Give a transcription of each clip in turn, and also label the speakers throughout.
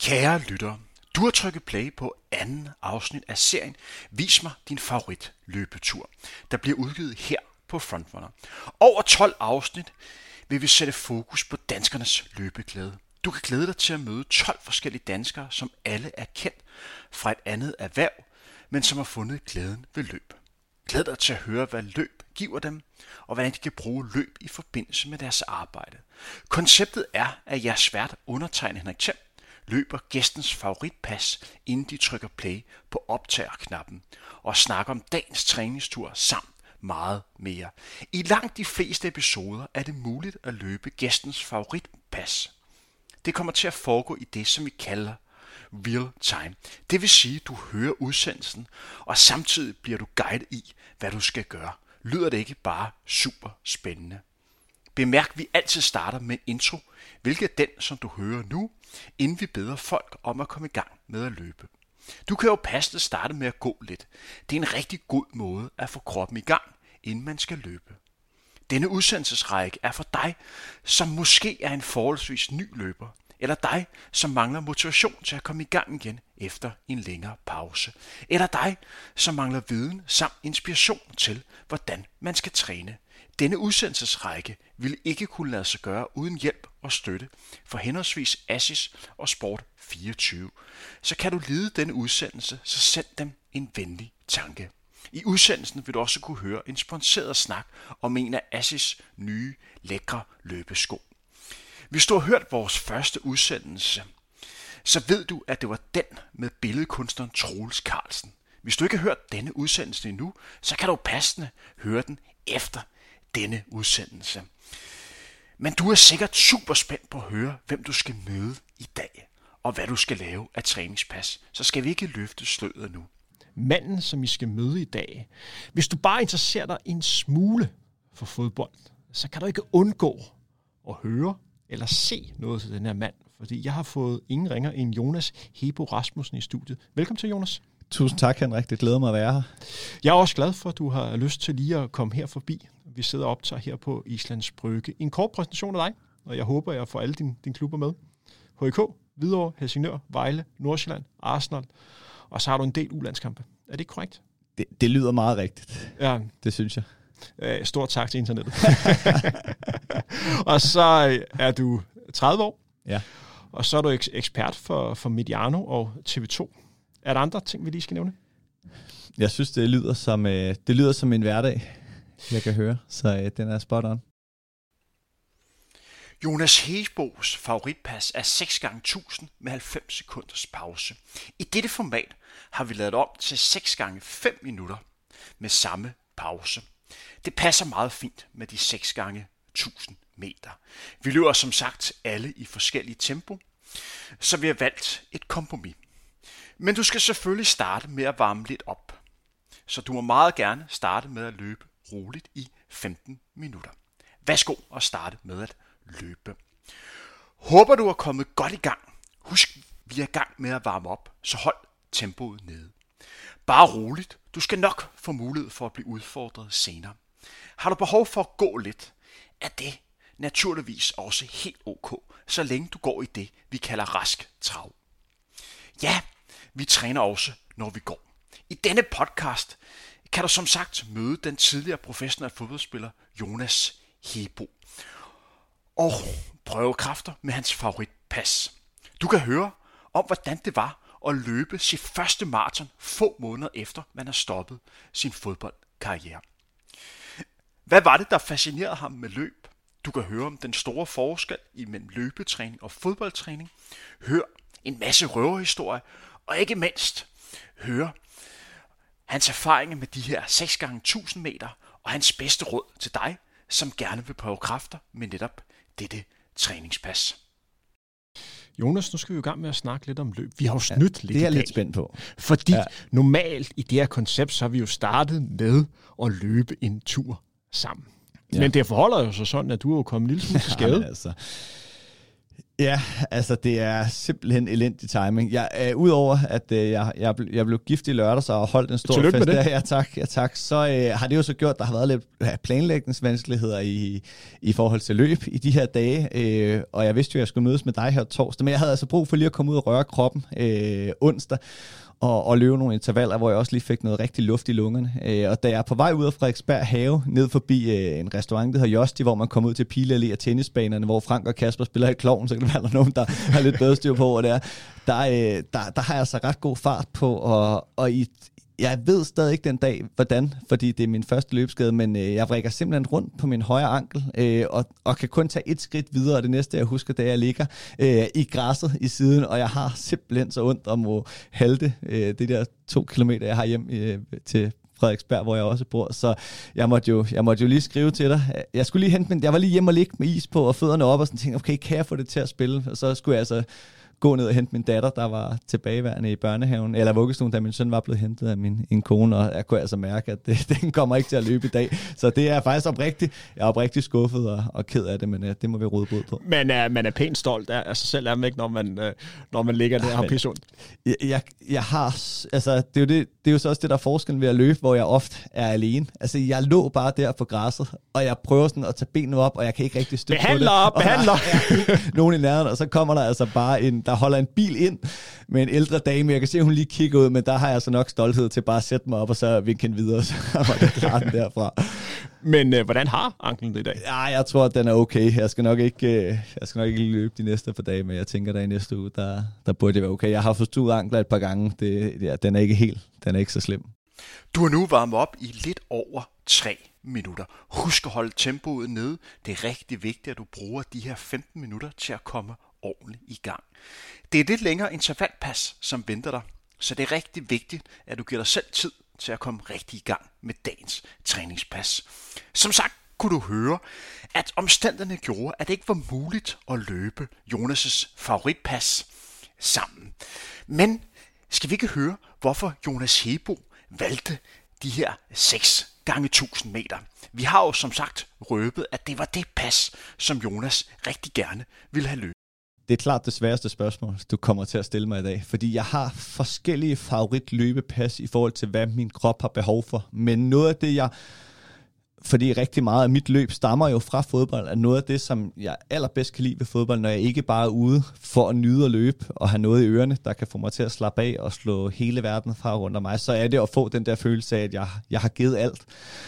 Speaker 1: Kære lyttere, du har trykket play på anden afsnit af serien Vis mig din favorit løbetur, der bliver udgivet her på Frontrunner. Over 12 afsnit vil vi sætte fokus på danskernes løbeglæde. Du kan glæde dig til at møde 12 forskellige danskere, som alle er kendt fra et andet erhverv, men som har fundet glæden ved løb. Glæd dig til at høre, hvad løb giver dem, og hvordan de kan bruge løb i forbindelse med deres arbejde. Konceptet er, at jeres vært undertegnet Henrik Thiem løber gæstens favoritpas, inden de trykker play på optagerknappen, og snakker om dagens træningstur samt meget mere. I langt de fleste episoder er det muligt at løbe gæstens favoritpas. Det kommer til at foregå i det, som vi kalder real time. Det vil sige, at du hører udsendelsen, og samtidig bliver du guidet i, hvad du skal gøre. Lyder det ikke bare super spændende? Bemærk, at vi altid starter med en intro, hvilket er den, som du hører nu, inden vi beder folk om at komme i gang med at løbe. Du kan jo passende starte med at gå lidt. Det er en rigtig god måde at få kroppen i gang, inden man skal løbe. Denne udsendelsesrække er for dig, som måske er en forholdsvis ny løber, eller dig, som mangler motivation til at komme i gang igen efter en længere pause, eller dig, som mangler viden samt inspiration til, hvordan man skal træne. Denne udsendelsesrække ville ikke kunne lade sig gøre uden hjælp og støtte fra henholdsvis Asis og Sport24. Så kan du lide denne udsendelse, så send dem en venlig tanke. I udsendelsen vil du også kunne høre en sponsoreret snak om en af Asis nye, lækre løbesko. Hvis du har hørt vores første udsendelse, så ved du, at det var den med billedkunstneren Troels Carlsen. Hvis du ikke har hørt denne udsendelse endnu, så kan du passende høre den efter denne udsendelse. Men du er sikkert super spændt på at høre, hvem du skal møde i dag, og hvad du skal lave af træningspas. Så skal vi ikke løfte sløret nu.
Speaker 2: Manden, som I skal møde i dag. Hvis du bare interesserer dig en smule for fodbold, så kan du ikke undgå at høre eller se noget til den her mand. Fordi jeg har fået ingen ringer end Jonas Hebo Rasmussen i studiet. Velkommen til, Jonas.
Speaker 3: Tusind tak, Henrik. Det glæder mig at være her.
Speaker 2: Jeg er også glad for, at du har lyst til lige at komme her forbi. Vi sidder og optager her på Islands Brygge. En kort præsentation af dig, og jeg håber, jeg får alle dine klubber med. HK, Hvidovre, Helsingør, Vejle, Nordsjælland, Arsenal. Og så har du en del U-landskampe. Er det ikke korrekt?
Speaker 3: Det lyder meget rigtigt.
Speaker 2: Ja.
Speaker 3: Det synes jeg.
Speaker 2: Stort tak til internettet. Og så er du 30 år.
Speaker 3: Ja.
Speaker 2: Og så er du ekspert for Mediano og TV2. Er der andre ting, vi lige skal nævne?
Speaker 3: Jeg synes, det lyder som en hverdag, jeg kan høre. Så den er spot on.
Speaker 1: Jonas Hebos favoritpas er 6x1000 med 90 sekunders pause. I dette format har vi lavet om til 6x5 minutter med samme pause. Det passer meget fint med de 6x1000 meter. Vi løber som sagt alle i forskellige tempo, så vi har valgt et kompromis. Men du skal selvfølgelig starte med at varme lidt op. Så du må meget gerne starte med at løbe roligt i 15 minutter. Værsgo at starte med at løbe. Håber du er kommet godt i gang. Husk, vi er i gang med at varme op, så hold tempoet nede. Bare roligt. Du skal nok få mulighed for at blive udfordret senere. Har du behov for at gå lidt, er det naturligvis også helt ok, så længe du går i det, vi kalder rask trav. Ja, vi træner også, når vi går. I denne podcast kan du som sagt møde den tidligere professionelle fodboldspiller Jonas Hebo og prøve kræfter med hans favoritpas. Du kan høre om, hvordan det var at løbe sit første maraton få måneder efter, man har stoppet sin fodboldkarriere. Hvad var det, der fascinerede ham med løb? Du kan høre om den store forskel imellem løbetræning og fodboldtræning. Hør en masse røverhistorier, og ikke mindst høre hans erfaringer med de her 6x1000 meter og hans bedste råd til dig, som gerne vil prøve kræfter med netop dette træningspas.
Speaker 2: Jonas, nu skal vi jo i gang med at snakke lidt om løb. Vi har jo snydt lidt i dag.
Speaker 3: Det er jeg lidt spændt på.
Speaker 2: Fordi normalt i det her koncept, så har vi jo startet med at løbe en tur sammen. Ja. Men det forholder jo så sådan, at du er jo kommet en lille smule til skade.
Speaker 3: Altså, Ja, altså det er simpelthen elendig timing. Udover at jeg blev gift i lørdags og holdt en stor
Speaker 2: Tillykke
Speaker 3: fest
Speaker 2: med det.
Speaker 3: der, ja tak, så har det jo så gjort, at der har været lidt planlægningsvanskeligheder i forhold til løb i de her dage, og jeg vidste jo, at jeg skulle mødes med dig her torsdag, men jeg havde altså brug for lige at komme ud og røre kroppen onsdag, og løbe nogle intervaller, hvor jeg også lige fik noget rigtig luft i lungerne. Og da jeg er på vej ud af Frederiksberg Have, ned forbi en restaurant, der hedder Josti, hvor man kommer ud til Pile Allé og tennisbanerne, hvor Frank og Kasper spiller i Klovn, så kan det være, der nogen, der har lidt bedre styr på, hvor det er. Der har jeg altså ret god fart på, og jeg ved stadig ikke den dag, hvordan, fordi det er min første løbskade, men jeg vrikker simpelthen rundt på min højre ankel, og kan kun tage et skridt videre, og det næste, jeg husker, det er, at jeg ligger i græsset i siden, og jeg har simpelthen så ondt om at halte det der 2 kilometer, jeg har hjem til Frederiksberg, hvor jeg også bor, så jeg måtte jo lige skrive til dig. Jeg skulle lige hente jeg var lige hjemme og ligge med is på, og fødderne op, og sådan tænkte, okay, kan jeg få det til at spille? Og så skulle jeg altså gå ned og hente min datter, der var tilbageværende i børnehaven, eller vuggestuen, da min søn var blevet hentet af en kone, og jeg kunne altså mærke, at den kommer ikke til at løbe i dag. Så det er faktisk jeg er oprigtigt skuffet og ked af det, men det må vi råde bod på.
Speaker 2: Men man er pænt stolt af sig selv, er man ikke, når man ligger der og har pisse ondt?
Speaker 3: Jeg har, altså det er jo så også det, der er forskellen ved at løbe, hvor jeg ofte er alene. Altså jeg lå bare der på græsset, og jeg prøver sådan at tage benene op, og jeg kan ikke rigtig støtte på det.
Speaker 2: Behandler!
Speaker 3: Nogen i nærheden, og så kommer der altså bare der holder en bil ind med en ældre dame. Jeg kan se, at hun lige kigger ud, men der har jeg så nok stolthed til bare at sætte mig op, og så vinke hende videre, så var det klart den derfra.
Speaker 2: Men hvordan har anklen det i dag?
Speaker 3: Ja, jeg tror, at den er okay. Jeg skal nok ikke løbe de næste par dage, men jeg tænker, der i næste uge, der burde det være okay. Jeg har forstået ankler et par gange. Den er ikke så slem.
Speaker 1: Du har nu varmet op i lidt over 3 minutter. Husk at holde tempoet nede. Det er rigtig vigtigt, at du bruger de her 15 minutter til at komme ordentligt i gang. Det er et lidt længere intervalpas, som venter dig, så det er rigtig vigtigt, at du giver dig selv tid til at komme rigtig i gang med dagens træningspas. Som sagt kunne du høre, at omstændighederne gjorde, at det ikke var muligt at løbe Jonas' favoritpas sammen. Men skal vi ikke høre, hvorfor Jonas Hebo valgte de her 6 gange 1000 meter? Vi har jo som sagt røbet, at det var det pas, som Jonas rigtig gerne ville have løbet.
Speaker 3: Det er klart det sværeste spørgsmål, du kommer til at stille mig i dag, fordi jeg har forskellige favoritløbepas i forhold til, hvad min krop har behov for. Men noget af det, fordi rigtig meget af mit løb stammer jo fra fodbold, er noget af det, som jeg allerbedst kan lide ved fodbold, når jeg ikke bare er ude for at nyde at løbe og have noget i ørerne, der kan få mig til at slappe af og slå hele verden fra rundt om mig, så er det at få den der følelse af, at jeg har givet alt.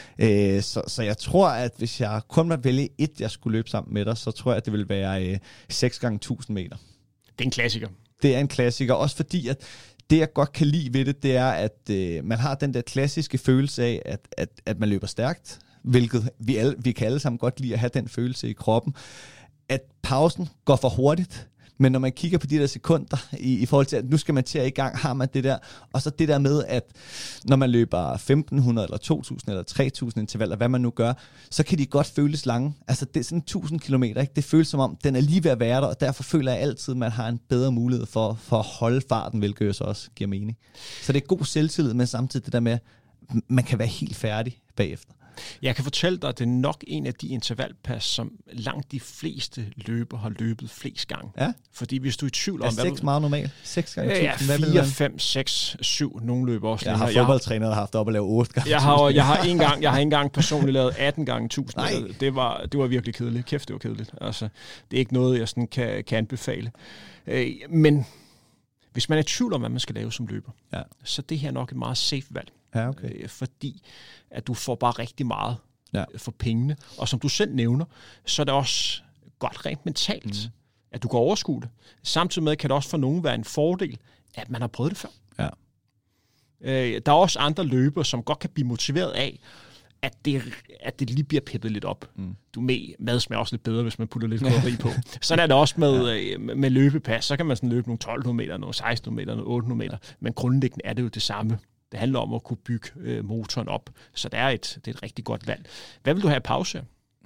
Speaker 3: Så jeg tror, at hvis jeg kun må vælge jeg skulle løbe sammen med dig, så tror jeg, at det vil være 6 gange 1000 meter.
Speaker 2: Det er en klassiker.
Speaker 3: Det er en klassiker, også fordi, at det, jeg godt kan lide ved det er, at man har den der klassiske følelse af, at man løber stærkt, hvilket vi kan alle sammen godt lide at have den følelse i kroppen, at pausen går for hurtigt, men når man kigger på de der sekunder i forhold til, at nu skal man til at i gang, har man det der, og så det der med, at når man løber 1500 eller 2000 eller 3000 intervaller, hvad man nu gør, så kan de godt føles lange. Altså det er sådan 1000 kilometer, ikke? Det føles som om, den er lige ved at være der, og derfor føler jeg altid, at man har en bedre mulighed for at holde farten, hvilket jo så også giver mening. Så det er god selvtillid, men samtidig det der med, at man kan være helt færdig bagefter.
Speaker 2: Jeg kan fortælle dig, at det er nok en af de intervalpas, som langt de fleste løber har løbet flest gange.
Speaker 3: Ja.
Speaker 2: Fordi hvis du er i tvivl om...
Speaker 3: Er 6 meget normalt? 6 gange 1000?
Speaker 2: Ja, 4, 5, 6, 7. Nogle løber også.
Speaker 3: Jeg har fodboldtræner, der har haft op at lave 8 gange.
Speaker 2: Jeg har ikke engang personligt lavet 18 gange 1000. Det var virkelig kedeligt. Kæft, det var kedeligt. Altså, det er ikke noget, jeg sådan kan anbefale. Men hvis man er i tvivl om, hvad man skal lave som løber, så det her er nok et meget safe valg.
Speaker 3: Ja, okay.
Speaker 2: Fordi at du får bare rigtig meget for pengene. Og som du selv nævner, så er det også godt rent mentalt, at du kan overskue det. Samtidig med kan det også for nogen være en fordel, at man har prøvet det før.
Speaker 3: Ja.
Speaker 2: Der er også andre løbere, som godt kan blive motiveret af, at det lige bliver peppet lidt op. Mad smager også lidt bedre, hvis man putter lidt krydderi på. Sådan er det også med løbepas. Så kan man sådan løbe nogle 1200 meter, nogle 1600 meter, nogle 800 meter. Men grundlæggende er det jo det samme. Det handler om at kunne bygge motoren op. Så det er et rigtig godt valg. Hvad vil du have i pause?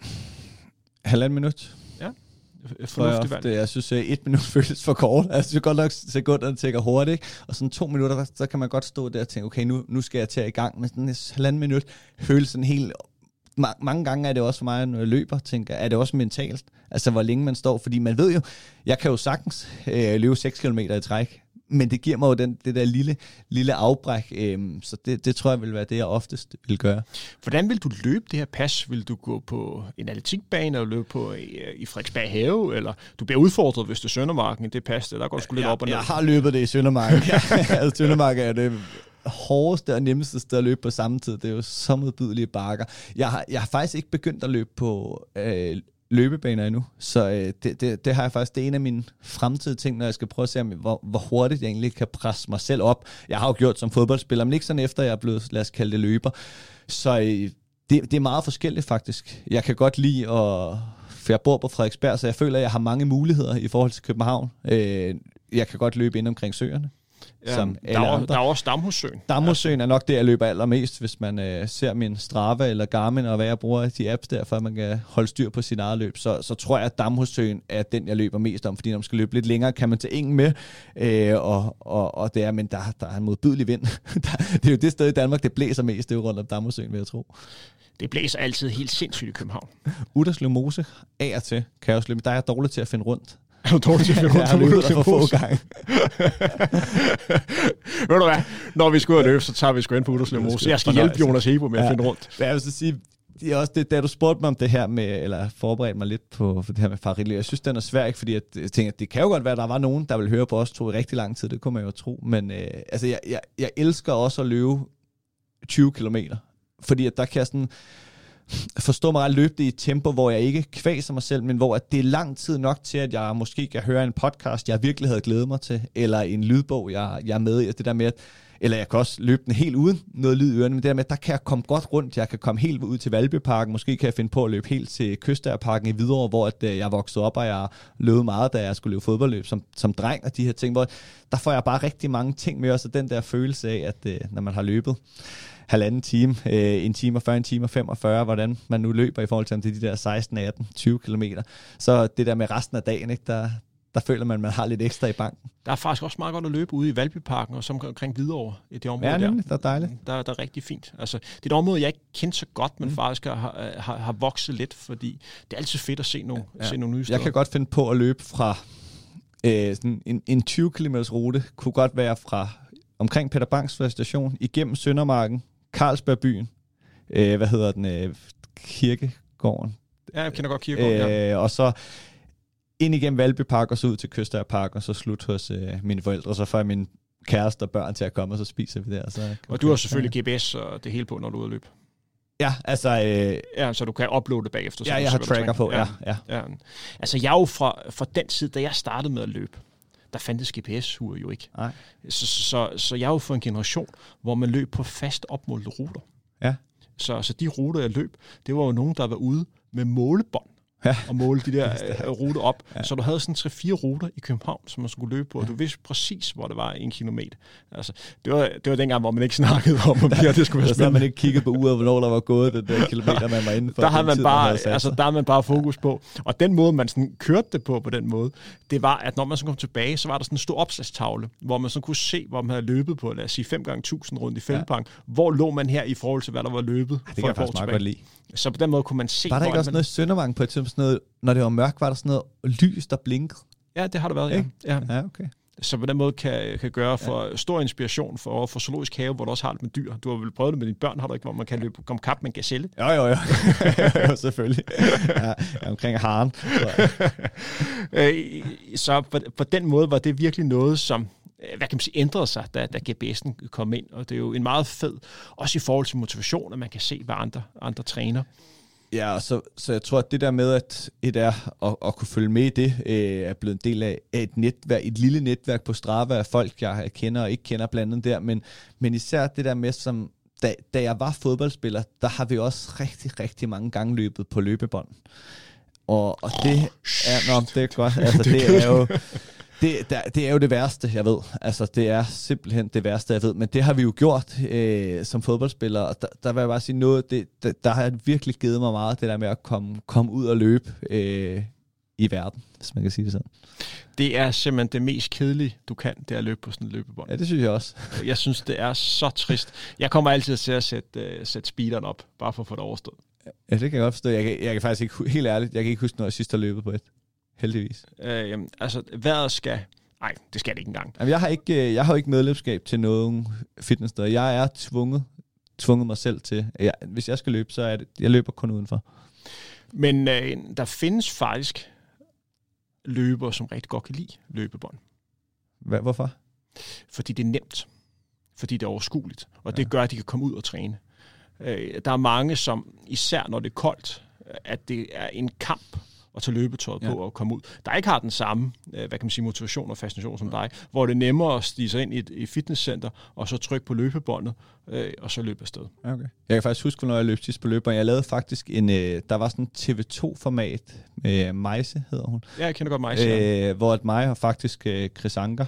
Speaker 3: 1,5 minut.
Speaker 2: Ja, fornuftigt valg.
Speaker 3: Jeg synes, 1 minut føles for kort. Jeg synes godt nok, sekunderne tækker hurtigt. Ikke? Og sådan 2 minutter, så kan man godt stå der og tænke, okay, nu skal jeg til i gang. Men sådan 1,5 minut føles sådan helt mange gange er det også for mig, når jeg løber, tænker, er det også mentalt, altså hvor længe man står, fordi man ved jo, jeg kan jo sagtens løbe 6 km i træk, men det giver mig jo det der lille afbræk, så det tror jeg vil være det, jeg oftest vil gøre.
Speaker 2: Hvordan vil du løbe det her pas? Vil du gå på en atletikbane, eller løbe på i Frederiksberg Have, eller du bliver udfordret, hvis det er Søndermarken, det pas, der går sgu lidt op og ned?
Speaker 3: Jeg har løbet det i Søndermarken. Altså, Søndermarken er det hårdeste og nemmeste sted at løbe på samme tid. Det er jo så modbydelige bakker. Jeg har faktisk ikke begyndt at løbe på løbebaner endnu, så det har jeg faktisk, det er en af mine fremtidige ting, når jeg skal prøve at se, hvor hurtigt jeg egentlig kan presse mig selv op. Jeg har jo gjort som fodboldspiller, men ikke sådan efter jeg er blevet, lad os kalde det, løber. Så det er meget forskelligt faktisk. Jeg kan godt lide for jeg bor på Frederiksberg, så jeg føler, at jeg har mange muligheder i forhold til København. Jeg kan godt løbe ind omkring søerne.
Speaker 2: Ja, der er også Damhussøen.
Speaker 3: Damhussøen er nok det, jeg løber allermest, hvis man ser min Strava eller Garmin, og hvad jeg bruger de apps der, for at man kan holde styr på sin eget løb. Så tror jeg, at Damhussøen er den, jeg løber mest om, fordi når man skal løbe lidt længere, kan man tage engen med, og det er, men der er en modbydelig vind. Det er jo det sted i Danmark, det blæser mest, det er jo rundt om Damhussøen, vil jeg tro.
Speaker 2: Det blæser altid helt sindssygt i København.
Speaker 3: Utterslev Mose, af og til, kan jeg også løbe. Der er jeg dårlig til at finde rundt.
Speaker 2: Er du dårlig til at finde rundt?
Speaker 3: Jeg har løbet der for få gange.
Speaker 2: Ved du hvad? Når vi skal ud og løbe, så tager vi sgu ind på Utterslev Mose. Jeg skal hjælpe Jonas Hebo med at finde rundt.
Speaker 3: Jeg vil så sige, det er også det, da du spurgte mig om det her med, eller forberedte mig lidt på det her med Farilli. Jeg synes, den er svær, ikke? Fordi jeg tænker, at det kan jo godt være, at der var nogen, der vil høre på os to i rigtig lang tid. Det kunne man jo tro. Men altså, jeg elsker også at løbe 20 kilometer. Fordi at der kan jeg sådan forstå mig ret, løbe det i et tempo, hvor jeg ikke kvaser mig selv, men hvor at det er lang tid nok til, at jeg måske kan høre en podcast, jeg virkelig havde glædet mig til, eller en lydbog, jeg er med i. Det der med, eller jeg kan også løbe den helt uden noget lyd i ørerne, men det der med, der kan jeg komme godt rundt. Jeg kan komme helt ud til Valbyparken. Måske kan jeg finde på at løbe helt til Kystærparken i Hvidovre, hvor jeg voksede op, og jeg løbede meget, da jeg skulle løbe fodboldløb som dreng, og de her ting, hvor der får jeg bare rigtig mange ting med, og så den der følelse af, at når man har løbet halvanden time, 1 time og 40, 1 time og 45, hvordan man nu løber i forhold til de der 16, 18, 20 kilometer. Så det der med resten af dagen, ikke, der føler man har lidt ekstra i banken.
Speaker 2: Der er faktisk også meget godt at løbe ude i Valbyparken og som omkring Hvidovre i det område.
Speaker 3: Ja, nemlig, det er dejligt.
Speaker 2: Der er rigtig fint. Altså, det er et område, jeg ikke kendte så godt, men faktisk har vokset lidt, fordi det er altid fedt at se nogle nye steder.
Speaker 3: Jeg kan godt finde på at løbe fra sådan en 20 km rute, kunne godt være fra omkring Peter Bangs station, igennem Søndermarken, Carlsbergbyen, Kirkegården.
Speaker 2: Ja, jeg kender godt Kirkegården, ja.
Speaker 3: Og så ind igennem Valbypark, og så ud til Kystærpark, og så slut hos mine forældre, og så får jeg min kæreste og børn til at komme, og så spiser vi der.
Speaker 2: Og du har selvfølgelig GPS og det hele på, når du er ude at løbe.
Speaker 3: Ja, altså...
Speaker 2: ja, så du kan uploade det bagefter.
Speaker 3: Ja, jeg har tracker på, ja.
Speaker 2: Altså, jeg er jo fra den tid, da jeg startede med at løbe, der fandtes GPS-ure jo ikke.
Speaker 3: Nej.
Speaker 2: Så jeg er jo for en generation, hvor man løb på fast opmålte ruter.
Speaker 3: Ja.
Speaker 2: Så de ruter, jeg løb, det var jo nogen, der var ude med målebånd. Ja. Og måle de der ruter op. Ja. Så du havde sådan 3-4 ruter i København, som man skulle løbe på, og du vidste præcis, hvor det var 1 kilometer. Altså, det var dengang, hvor man ikke snakkede om, det skulle være spændende.
Speaker 3: Så man ikke kigget på uret, hvornår der var gået den der kilometer, man var inde for.
Speaker 2: Der har man bare fokus på. Og den måde, man sådan kørte det på den måde, det var, at når man så kom tilbage, så var der sådan en stor opslagstavle, hvor man så kunne se, hvor man havde løbet på, lad os sige 5x1000 rundt i Fældeparken. Ja. Hvor lå man her i forhold til, hvad der var løbet?
Speaker 3: Det kan jeg faktisk meget godt lide.
Speaker 2: Så på den måde kunne man se...
Speaker 3: Var der ikke også noget i Søndermarken på et tidspunkt, sådan noget, når det var mørkt, var der sådan noget lys, der blinkede?
Speaker 2: Ja, det har der været, ja.
Speaker 3: Ja, okay.
Speaker 2: Så på den måde kan gøre for stor inspiration for Zoologisk Have, hvor du også har det med dyr. Du har vel prøvet det med dine børn, har du ikke, hvor man kan løbe om kap med en gazelle?
Speaker 3: Jo, selvfølgelig. Ja, omkring haren.
Speaker 2: Så på den måde var det virkelig noget, som hvad kan man sige, ændrede sig, da GPS'en kom ind, og det er jo en meget fed, også i forhold til motivation, at man kan se, hvad andre træner.
Speaker 3: Ja, så jeg tror, at det der med, at at kunne følge med i det, er blevet en del af et netværk, et lille netværk på Strava af folk, jeg kender og ikke kender blandt der, men især det der med, som da jeg var fodboldspiller, der har vi også rigtig, rigtig mange gange løbet på løbebånd. Og det er godt. Altså, det er jo... Det er jo det værste, jeg ved. Altså, det er simpelthen det værste, jeg ved. Men det har vi jo gjort som fodboldspillere. Og der vil jeg bare sige noget, der har virkelig givet mig meget, det der med at komme ud og løbe i verden, hvis man kan sige det sådan.
Speaker 2: Det er simpelthen det mest kedelige, du kan, det er at løbe på sådan en løbebånd.
Speaker 3: Ja, det synes jeg også.
Speaker 2: Jeg synes, det er så trist. Jeg kommer altid til at sætte speederen op, bare for at få det overstået.
Speaker 3: Ja, det kan jeg godt forstå. Jeg kan faktisk ikke, helt ærligt, jeg kan ikke huske, når jeg sidst har løbet på et. Heldigvis.
Speaker 2: Altså, vejret skal... Nej, det skal det ikke engang.
Speaker 3: Jamen, jeg har ikke medlemskab til nogen fitnesssteder. Jeg er tvunget mig selv til. Hvis jeg skal løbe, så er det... Jeg løber kun udenfor.
Speaker 2: Men der findes faktisk løbere, som rigtig godt kan lide løbebånd.
Speaker 3: Hvorfor?
Speaker 2: Fordi det er nemt. Fordi det er overskueligt. Og det gør, at de kan komme ud og træne. Der er mange, som især når det er koldt, at det er en kamp at tage løbetøjet på og komme ud. Der ikke har den samme, motivation og fascination som dig, hvor det er nemmere at stige sig ind i et fitnesscenter, og så trykke på løbebåndet, og så løbe afsted.
Speaker 3: Okay. Jeg kan faktisk huske, når jeg løb sidst på løbebånd. Jeg lavede faktisk der var sådan en TV2-format med Meise, hedder hun.
Speaker 2: Ja, jeg kender godt Meise.
Speaker 3: Hvor mig og faktisk Chris Anker,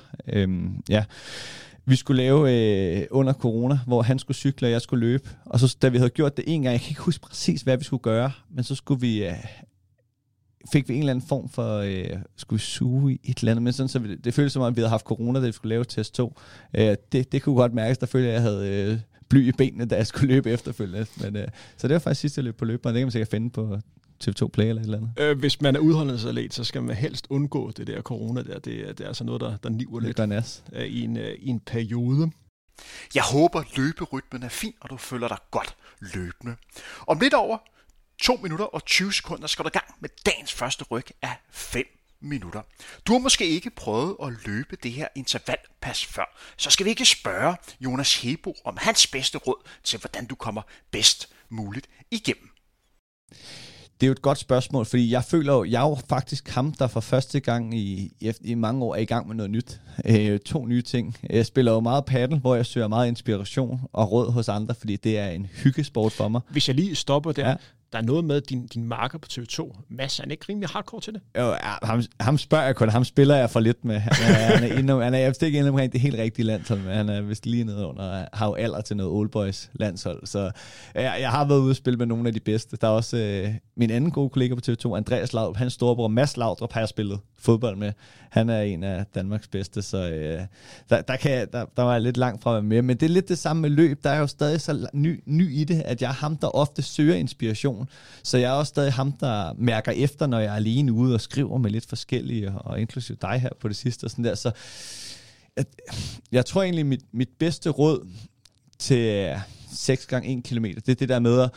Speaker 3: vi skulle lave under corona, hvor han skulle cykle, og jeg skulle løbe. Og så da vi havde gjort det en gang, jeg kan ikke huske præcis, hvad vi skulle gøre, men så skulle vi... fik vi en eller anden form for, skulle suge i et eller andet, men sådan, så det føltes som om, vi havde haft corona, da vi skulle lave test 2. Det kunne godt mærkes, der følte jeg havde bly i benene, da jeg skulle løbe efterfølgende. Men, så det var faktisk sidst, jeg løb på løbebånd. Det kan man sikkert finde på TV2 Play eller et eller andet.
Speaker 2: Hvis man er udholdenhedsatlet, så skal man helst undgå det der corona der. Det er altså noget, der niver lidt i en periode.
Speaker 1: Jeg håber, løberytmen er fin, og du føler dig godt løbende. Om lidt over 2 minutter og 20 sekunder skal du i gang med dagens første ryg af 5 minutter. Du har måske ikke prøvet at løbe det her intervalpas før, så skal vi ikke spørge Jonas Hebo om hans bedste råd til, hvordan du kommer bedst muligt igennem.
Speaker 3: Det er jo et godt spørgsmål, fordi jeg føler jo, jeg er jo faktisk ham, der for første gang i mange år er i gang med noget nyt. 2 nye ting. Jeg spiller jo meget paddle, hvor jeg søger meget inspiration og råd hos andre, fordi det er en hyggesport for mig.
Speaker 2: Hvis jeg lige stopper der, der er noget med din marker på TV2. Mads, er han ikke rimelig hardcore til det?
Speaker 3: Jo, ham spørger jeg kun. Ham spiller jeg for lidt med. Han er ikke inde omkring det helt rigtige landshold, men han er vist lige nede under, har jo alder til noget Old Boys landshold. Så jeg har været ude og spille med nogle af de bedste. Der er også min anden gode kollega på TV2, Andreas Laudrup. Hans storebror Mads Laudrup har jeg spillet fodbold med. Han er en af Danmarks bedste, så der var jeg lidt langt fra at være med. Men det er lidt det samme med løb. Der er jo stadig så ny i det, at jeg er ham, der ofte søger inspiration. Så jeg er også stadig ham, der mærker efter, når jeg er alene ude og skriver med lidt forskellige, og inklusive dig her på det sidste. Og sådan der. Så jeg tror egentlig, mit bedste råd til 6 gange 1 kilometer, det er det der med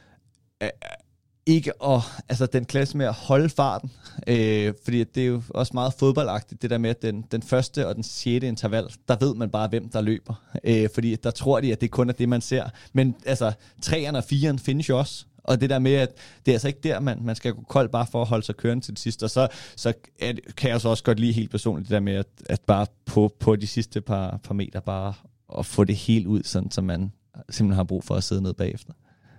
Speaker 3: ikke at, altså den klasse med at holde farten, fordi det er jo også meget fodboldagtigt, det der med, at den første og den 6. interval, der ved man bare, hvem der løber, fordi der tror de, at det kun er det, man ser, men altså 3'eren og 4'eren findes jo også, og det der med, at det er altså ikke der, man skal gå kold bare for at holde sig kørende til det sidste, og så kan jeg så også godt lide helt personligt det der med, at bare på de sidste par meter, bare at få det helt ud, sådan, så man simpelthen har brug for at sidde ned bagefter.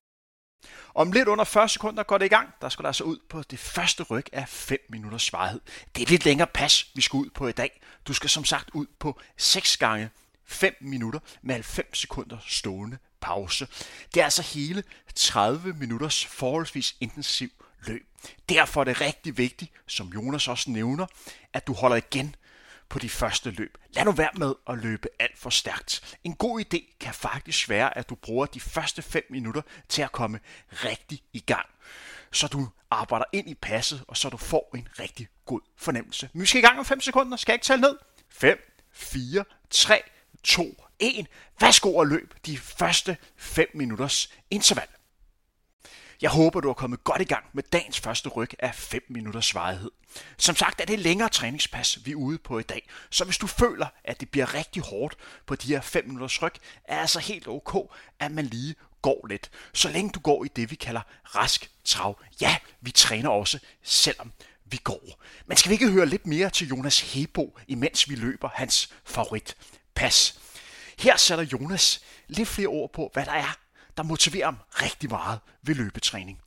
Speaker 1: Om lidt under 40 sekunder går det i gang. Der skal der altså ud på det første ryg af 5 minutters varighed. Det er et lidt længere pas, vi skal ud på i dag. Du skal som sagt ud på 6 gange 5 minutter med 90 sekunder stående pause. Det er altså hele 30 minutters forholdsvis intensiv løb. Derfor er det rigtig vigtigt, som Jonas også nævner, at du holder igen på de første løb. Lad nu være med at løbe alt for stærkt. En god idé kan faktisk være, at du bruger de første 5 minutter til at komme rigtig i gang. Så du arbejder ind i passet, og så du får en rigtig god fornemmelse. Men vi skal i gang om 5 sekunder. Skal jeg ikke tælle ned? 5, 4, 3, 2, 1. Værsgo at løb de første 5 minutters interval. Jeg håber, du er kommet godt i gang med dagens første ryg af 5 minutters varighed. Som sagt er det længere træningspas, vi er ude på i dag, så hvis du føler, at det bliver rigtig hårdt på de her 5 minutters ryg, er altså helt ok, at man lige går lidt. Så længe du går i det, vi kalder rask trav. Ja, vi træner også, selvom vi går. Men skal vi ikke høre lidt mere til Jonas Hebo, imens vi løber hans favoritpas? Her sætter Jonas lidt flere ord på, hvad der er, der motiverer ham rigtig meget ved løbetræning.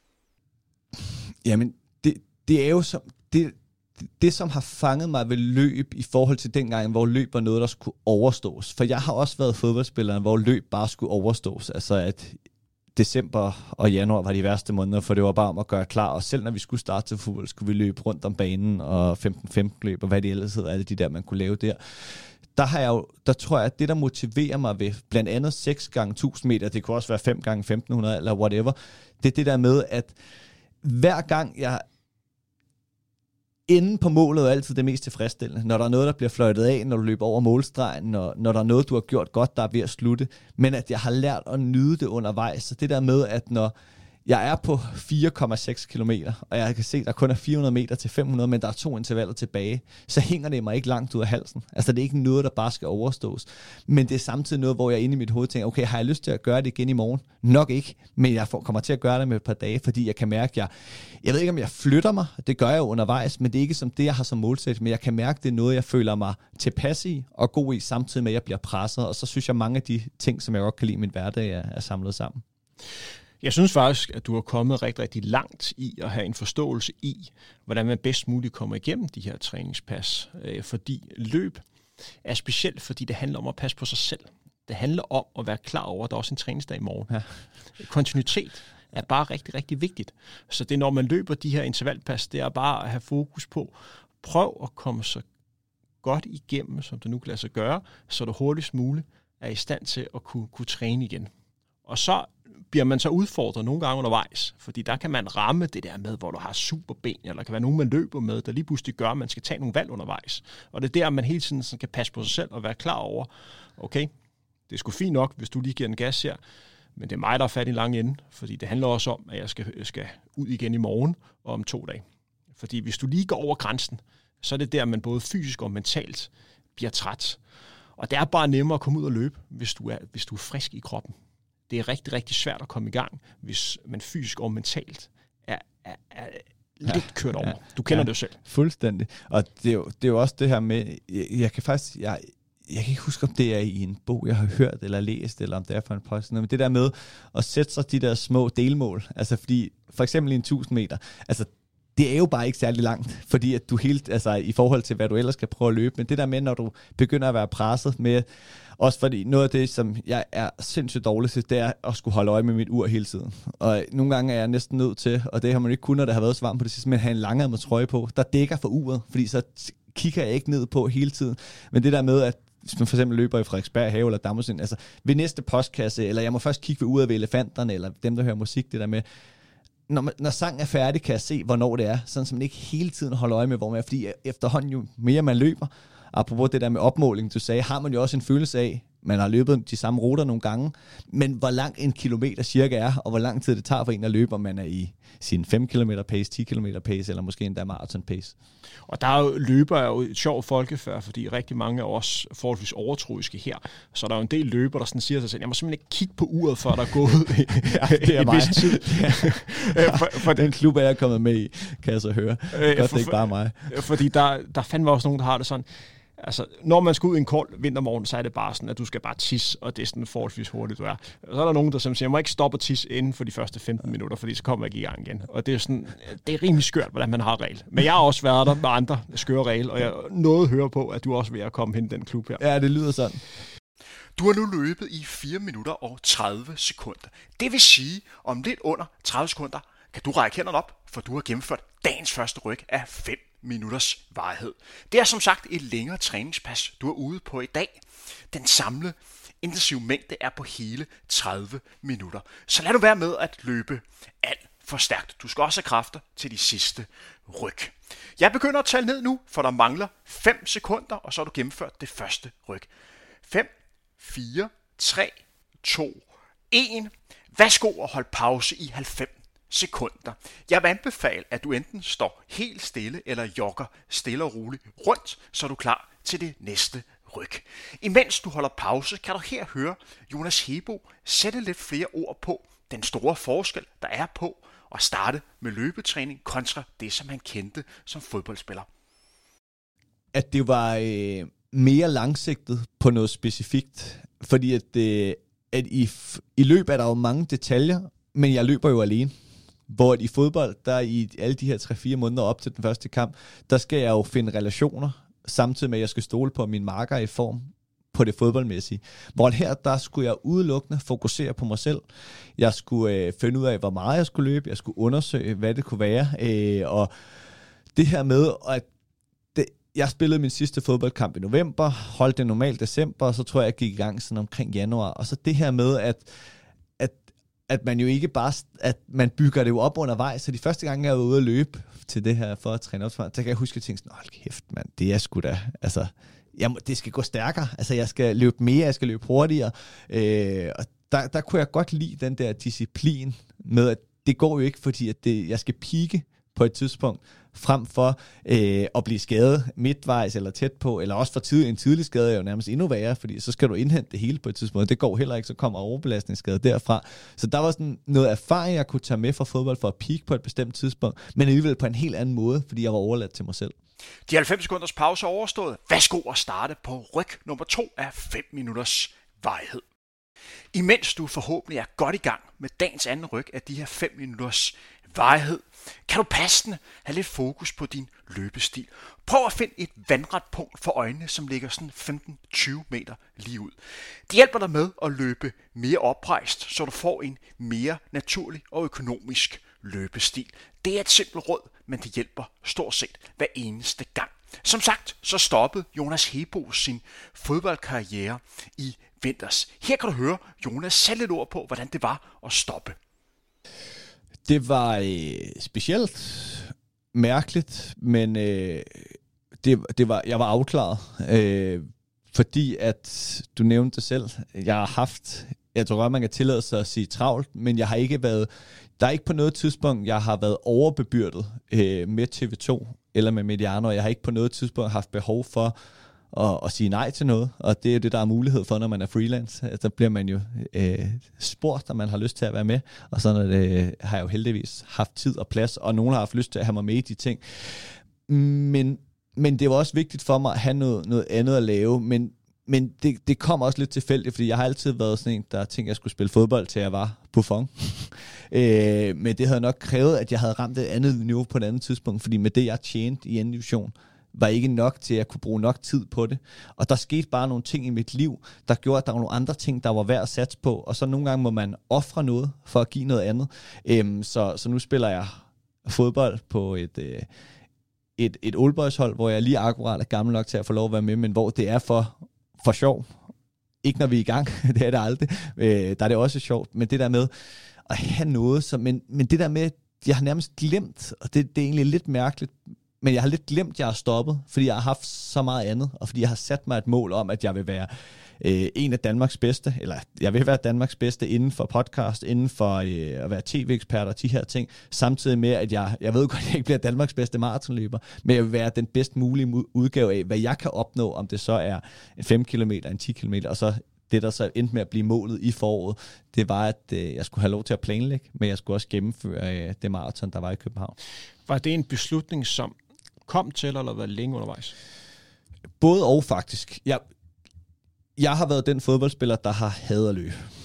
Speaker 3: Jamen, det er jo som det, som har fanget mig ved løb i forhold til dengang, hvor løb var noget, der skulle overstås. For jeg har også været fodboldspiller, hvor løb bare skulle overstås. Altså at december og januar var de værste måneder, for det var bare om at gøre klar. Og selv når vi skulle starte til fodbold, skulle vi løbe rundt om banen og 15-15 løb, og hvad det ellers hedder, alle de der, man kunne lave der. der tror jeg, at det, der motiverer mig ved blandt andet 6 gange 1000 meter, det kunne også være 5 gange 1500 eller whatever, det er det der med, at hver gang jeg inde på målet er altid det mest tilfredsstillende. Når der er noget, der bliver fløjtet af, når du løber over målstregen, når der er noget, du har gjort godt, der er ved at slutte, men at jeg har lært at nyde det undervejs. Så det der med, at når jeg er på 4,6 kilometer, og jeg kan se, at der kun er 400 meter til 500, men der er 2 intervaller tilbage, så hænger det mig ikke langt ud af halsen. Altså det er ikke noget, der bare skal overstås. Men det er samtidig noget, hvor jeg inde i mit hoved tænker, okay, har jeg lyst til at gøre det igen i morgen? Nok ikke, men jeg kommer til at gøre det med et par dage, fordi jeg kan mærke, at jeg ved ikke, om jeg flytter mig, det gør jeg jo undervejs, men det er ikke som det, jeg har som målsæt, men jeg kan mærke, det er noget, jeg føler mig tilpas i og god i, samtidig med, at jeg bliver presset, og så synes jeg, mange af de ting, som jeg godt kan lide i min hverdag, er samlet sammen.
Speaker 2: Jeg synes faktisk, at du har kommet rigtig, rigtig langt i at have en forståelse i, hvordan man bedst muligt kommer igennem de her træningspas. Fordi løb er specielt, fordi det handler om at passe på sig selv. Det handler om at være klar over, at der er også en træningsdag i morgen. Ja. Kontinuitet er bare rigtig, rigtig vigtigt. Så det, når man løber de her intervalpas, det er bare at have fokus på, prøv at komme så godt igennem, som det nu kan lade sig gøre, så du hurtigst muligt er i stand til at kunne træne igen. Og så bliver man så udfordret nogle gange undervejs, fordi der kan man ramme det der med, hvor du har superben, eller der kan være nogen, man løber med, der lige pludselig gør, at man skal tage nogle valg undervejs. Og det er der, man hele tiden kan passe på sig selv og være klar over, okay, det er sgu fint nok, hvis du lige giver en gas her, men det er mig, der er fat i en lang ende, fordi det handler også om, at jeg skal ud igen i morgen og om 2 dage. Fordi hvis du lige går over grænsen, så er det der, man både fysisk og mentalt bliver træt. Og det er bare nemmere at komme ud og løbe, hvis du er frisk i kroppen. Det er rigtig, rigtig svært at komme i gang, hvis man fysisk og mentalt er lidt kørt over. Du kender det jo selv.
Speaker 3: Fuldstændig. Og det er jo også det her med, jeg kan ikke huske, om det er i en bog, jeg har hørt eller læst, eller om det er for en post, men det der med at sætte sig de der små delmål, altså fordi, for eksempel i en 1000 meter, altså det er jo bare ikke særlig langt, fordi at du helt, altså i forhold til, hvad du ellers skal prøve at løbe, men det der med, når du begynder at være presset med, også fordi noget af det, som jeg er sindssygt dårlig til, det er at skulle holde øje med mit ur hele tiden. Og nogle gange er jeg næsten nødt til, og det har man ikke kun, når det har været så varmt på det sidste, men have en langærmet trøje på, der dækker for uret, fordi så kigger jeg ikke ned på hele tiden. Men det der med, at hvis man for eksempel løber i Frederiksberg Have eller Damhusind, altså ved næste postkasse, eller jeg må først kigge ved uret ved elefanterne, eller dem, der hører musik, det der med, når sangen er færdig, kan jeg se, hvornår det er, sådan som man ikke hele tiden holder øje med, hvor man er, fordi efterhånden jo mere man løber, apropos det der med opmåling, du sagde, har man jo også en følelse af, man har løbet de samme ruter nogle gange, men hvor lang en kilometer cirka er, og hvor lang tid det tager for en at løbe, om man er i sin 5 km pace, 10 km pace, eller måske endda marathon pace.
Speaker 2: Og der er jo, løber er jo et sjovt folkefærd, fordi rigtig mange er også forholdsvis overtroiske her. Så der er jo en del løber, der sådan siger sig selv, jeg må simpelthen ikke kigge på uret, før der er gået et vist tid.
Speaker 3: for den klub er jeg kommet med i, kan jeg så høre. Godt, det er ikke bare mig.
Speaker 2: Fordi der fandme også nogen, der har det sådan, altså, når man skal ud i en kold vintermorgen, så er det bare sådan, at du skal bare tisse, og det er sådan forholdsvis hurtigt, du er. Og så er der nogen, der siger, jeg må ikke stoppe og tisse inden for de første 15 minutter, fordi så kommer jeg ikke i gang igen. Og det er sådan, det er rimelig skørt, hvordan man har regel. Men jeg har også været der med andre skøre regel, og jeg nåede at høre på, at du også er ved at komme hen i den klub her.
Speaker 3: Ja, det lyder sådan.
Speaker 1: Du har nu løbet i 4 minutter og 30 sekunder. Det vil sige, om lidt under 30 sekunder kan du række hænderne op, for du har gennemført dagens første ryg af 5 minutters varighed. Det er som sagt et længere træningspas, du er ude på i dag. Den samlede intensive mængde er på hele 30 minutter. Så lad du være med at løbe alt for stærkt. Du skal også have kræfter til de sidste ryg. Jeg begynder at tælle ned nu, for der mangler 5 sekunder, og så har du gennemført det første ryg. 5, 4, 3, 2, 1. Værsgo og hold pause i 90 sekunder. Jeg vil anbefale, at du enten står helt stille eller jogger stille og roligt rundt, så er du klar til det næste ryg. Imens du holder pause, kan du her høre Jonas Hebo sætte lidt flere ord på den store forskel, der er på at starte med løbetræning kontra det, som han kendte som fodboldspiller.
Speaker 3: At det var mere langsigtet på noget specifikt, fordi at i løb er der jo mange detaljer, men jeg løber jo alene. Hvor i fodbold, der i alle de her 3-4 måneder op til den første kamp, der skal jeg jo finde relationer, samtidig med at jeg skal stole på min marker i form på det fodboldmæssige. Hvor her, der skulle jeg udelukkende fokusere på mig selv. Jeg skulle finde ud af, hvor meget jeg skulle løbe. Jeg skulle undersøge, hvad det kunne være. Og det her med, at jeg spillede min sidste fodboldkamp i november, holdt det normalt december, og så tror jeg gik i gang sådan omkring januar. Og så det her med, at man jo ikke bare, at man bygger det jo op undervejs. Så de første gange, jeg var ude at løbe til det her for at træne op, så kan jeg huske, at jeg tænkte sådan, hold kæft mand, det er sgu da, altså, det skal gå stærkere. Altså, jeg skal løbe mere, jeg skal løbe hurtigere. Og der kunne jeg godt lide den der disciplin med, at det går jo ikke, fordi at jeg skal peake på et tidspunkt, frem for at blive skadet midtvejs eller tæt på, eller også for en tidlig skade er jo nærmest endnu værre, fordi så skal du indhente det hele på et tidspunkt. Det går heller ikke, så kommer overbelastningsskade derfra. Så der var sådan noget erfaring, jeg kunne tage med fra fodbold for at peak på et bestemt tidspunkt, men alligevel på en helt anden måde, fordi jeg var overladt til mig selv.
Speaker 1: De 90 sekunders pause er overstået. Værsgo at starte på ryg nummer 2 af 5 minutters varighed. Imens du forhåbentlig er godt i gang med dagens anden ryg af de her 5 minutters varighed, kan du passende have lidt fokus på din løbestil. Prøv at finde et vandret punkt for øjnene, som ligger sådan 15-20 meter lige ud. Det hjælper dig med at løbe mere oprejst, så du får en mere naturlig og økonomisk løbestil. Det er et simpelt råd, men det hjælper stort set hver eneste gang. Som sagt, så stoppede Jonas Hebo sin fodboldkarriere i vinters. Her kan du høre Jonas sætte lidt ord på, hvordan det var at stoppe.
Speaker 3: Det var specielt mærkeligt, men jeg var afklaret, fordi at du nævnte det selv. Jeg tror godt, man kan tillade sig at sige travlt, men jeg har ikke været, der er ikke på noget tidspunkt, jeg har været overbebyrdet med TV2 eller med Mediano, og jeg har ikke på noget tidspunkt haft behov for at sige nej til noget, og det er jo det, der er mulighed for, når man er freelance. Der bliver man jo spurgt, og man har lyst til at være med, og sådan har jeg jo heldigvis haft tid og plads, og nogen har haft lyst til at have mig med i de ting. Men det var også vigtigt for mig at have noget andet at lave, men det kom også lidt tilfældigt, fordi jeg har altid været sådan en, der tænkte, at jeg skulle spille fodbold, til jeg var Buffon. Men det havde nok krævet, at jeg havde ramt et andet niveau på et andet tidspunkt, fordi med det, jeg tjente i anden division, var ikke nok til, at jeg kunne bruge nok tid på det. Og der skete bare nogle ting i mit liv, der gjorde, at der var nogle andre ting, der var værd at satse på. Og så nogle gange må man ofre noget for at give noget andet. Så nu spiller jeg fodbold på et oldboys-hold, hvor jeg lige akkurat er gammel nok til at få lov at være med, men hvor det er for sjov. Ikke når vi er i gang, det er det aldrig. Der er det også sjovt, men det der med at have noget, men det der med, jeg har nærmest glemt, og det er egentlig lidt mærkeligt, men jeg har lidt glemt, at jeg har stoppet, fordi jeg har haft så meget andet, og fordi jeg har sat mig et mål om, at jeg vil være en af Danmarks bedste, eller jeg vil være Danmarks bedste inden for podcast, inden for at være tv-ekspert og de her ting, samtidig med, at jeg ved godt, at jeg ikke bliver Danmarks bedste maratonløber, men jeg vil være den bedst mulige udgave af, hvad jeg kan opnå, om det så er en 5 km, en 10 km, og så det, der så endte med at blive målet i foråret, det var, at jeg skulle have lov til at planlægge, men jeg skulle også gennemføre det maraton, der var i København.
Speaker 2: Var det en beslutning, som kom til, eller var længe undervejs?
Speaker 3: Både og faktisk. Jeg har været den fodboldspiller, der har hadet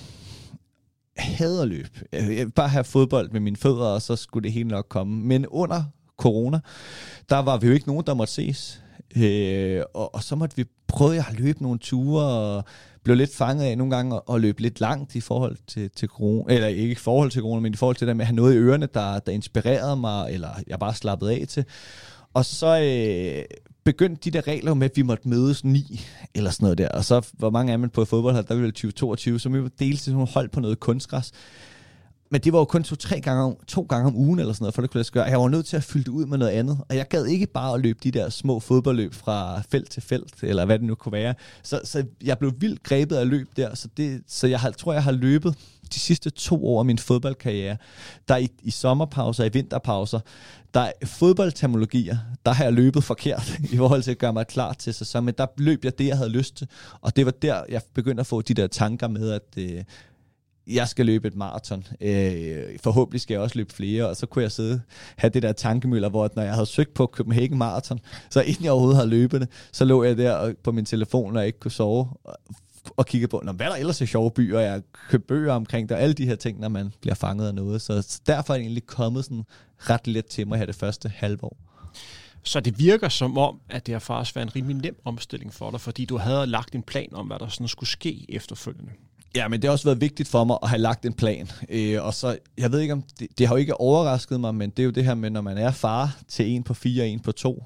Speaker 3: løb. Jeg vil bare have fodbold med mine fødder, og så skulle det hele nok komme. Men under corona, der var vi jo ikke nogen, der måtte ses. Og så måtte vi prøve at løbe nogle ture, og blev lidt fanget af nogle gange at løbe lidt langt i forhold til corona, eller ikke i forhold til corona, men i forhold til det med at have noget i ørerne, der inspirerede mig, eller jeg bare slappede af til. Og så begyndte de der regler med, at vi måtte mødes 9, eller sådan noget der. Og så, hvor mange er man på et fodboldhold, der ville 2022, så vi var delt til nogle hold på noget kunstgræs. Men det var jo kun 2 gange om ugen, eller sådan noget, for det kunne lade sig gøre. Jeg var nødt til at fylde det ud med noget andet. Og jeg gad ikke bare at løbe de der små fodboldløb fra felt til felt, eller hvad det nu kunne være. Så jeg blev vildt grebet af løb der. Så jeg tror, jeg har løbet de sidste 2 år af min fodboldkarriere. Der i sommerpauser, i vinterpauser, der er fodboldterminologier, der har jeg løbet forkert i forhold til at gøre mig klar til sæson. Men der løb jeg det, jeg havde lyst til. Og det var der, jeg begyndte at få de der tanker med, at jeg skal løbe et maraton. Forhåbentlig skal jeg også løbe flere, og så kunne jeg have det der tankemøller, hvor når jeg havde søgt på Copenhagen Marathon, så inden jeg overhovedet havde løbet det, så lå jeg der på min telefon, og jeg ikke kunne sove, og kiggede på, hvad der ellers er sjove byer, og jeg købte bøger omkring det, og alle de her ting, når man bliver fanget af noget. Så derfor er det egentlig kommet sådan ret let til mig her det første halve år.
Speaker 2: Så det virker som om, at det har faktisk været en rimelig nem omstilling for dig, fordi du havde lagt en plan om, hvad der sådan skulle ske efterfølgende.
Speaker 3: Ja, men det har også været vigtigt for mig at have lagt en plan. Og så, jeg ved ikke om, det har jo ikke overrasket mig, men det er jo det her med, når man er far til en på 4 og en på 2,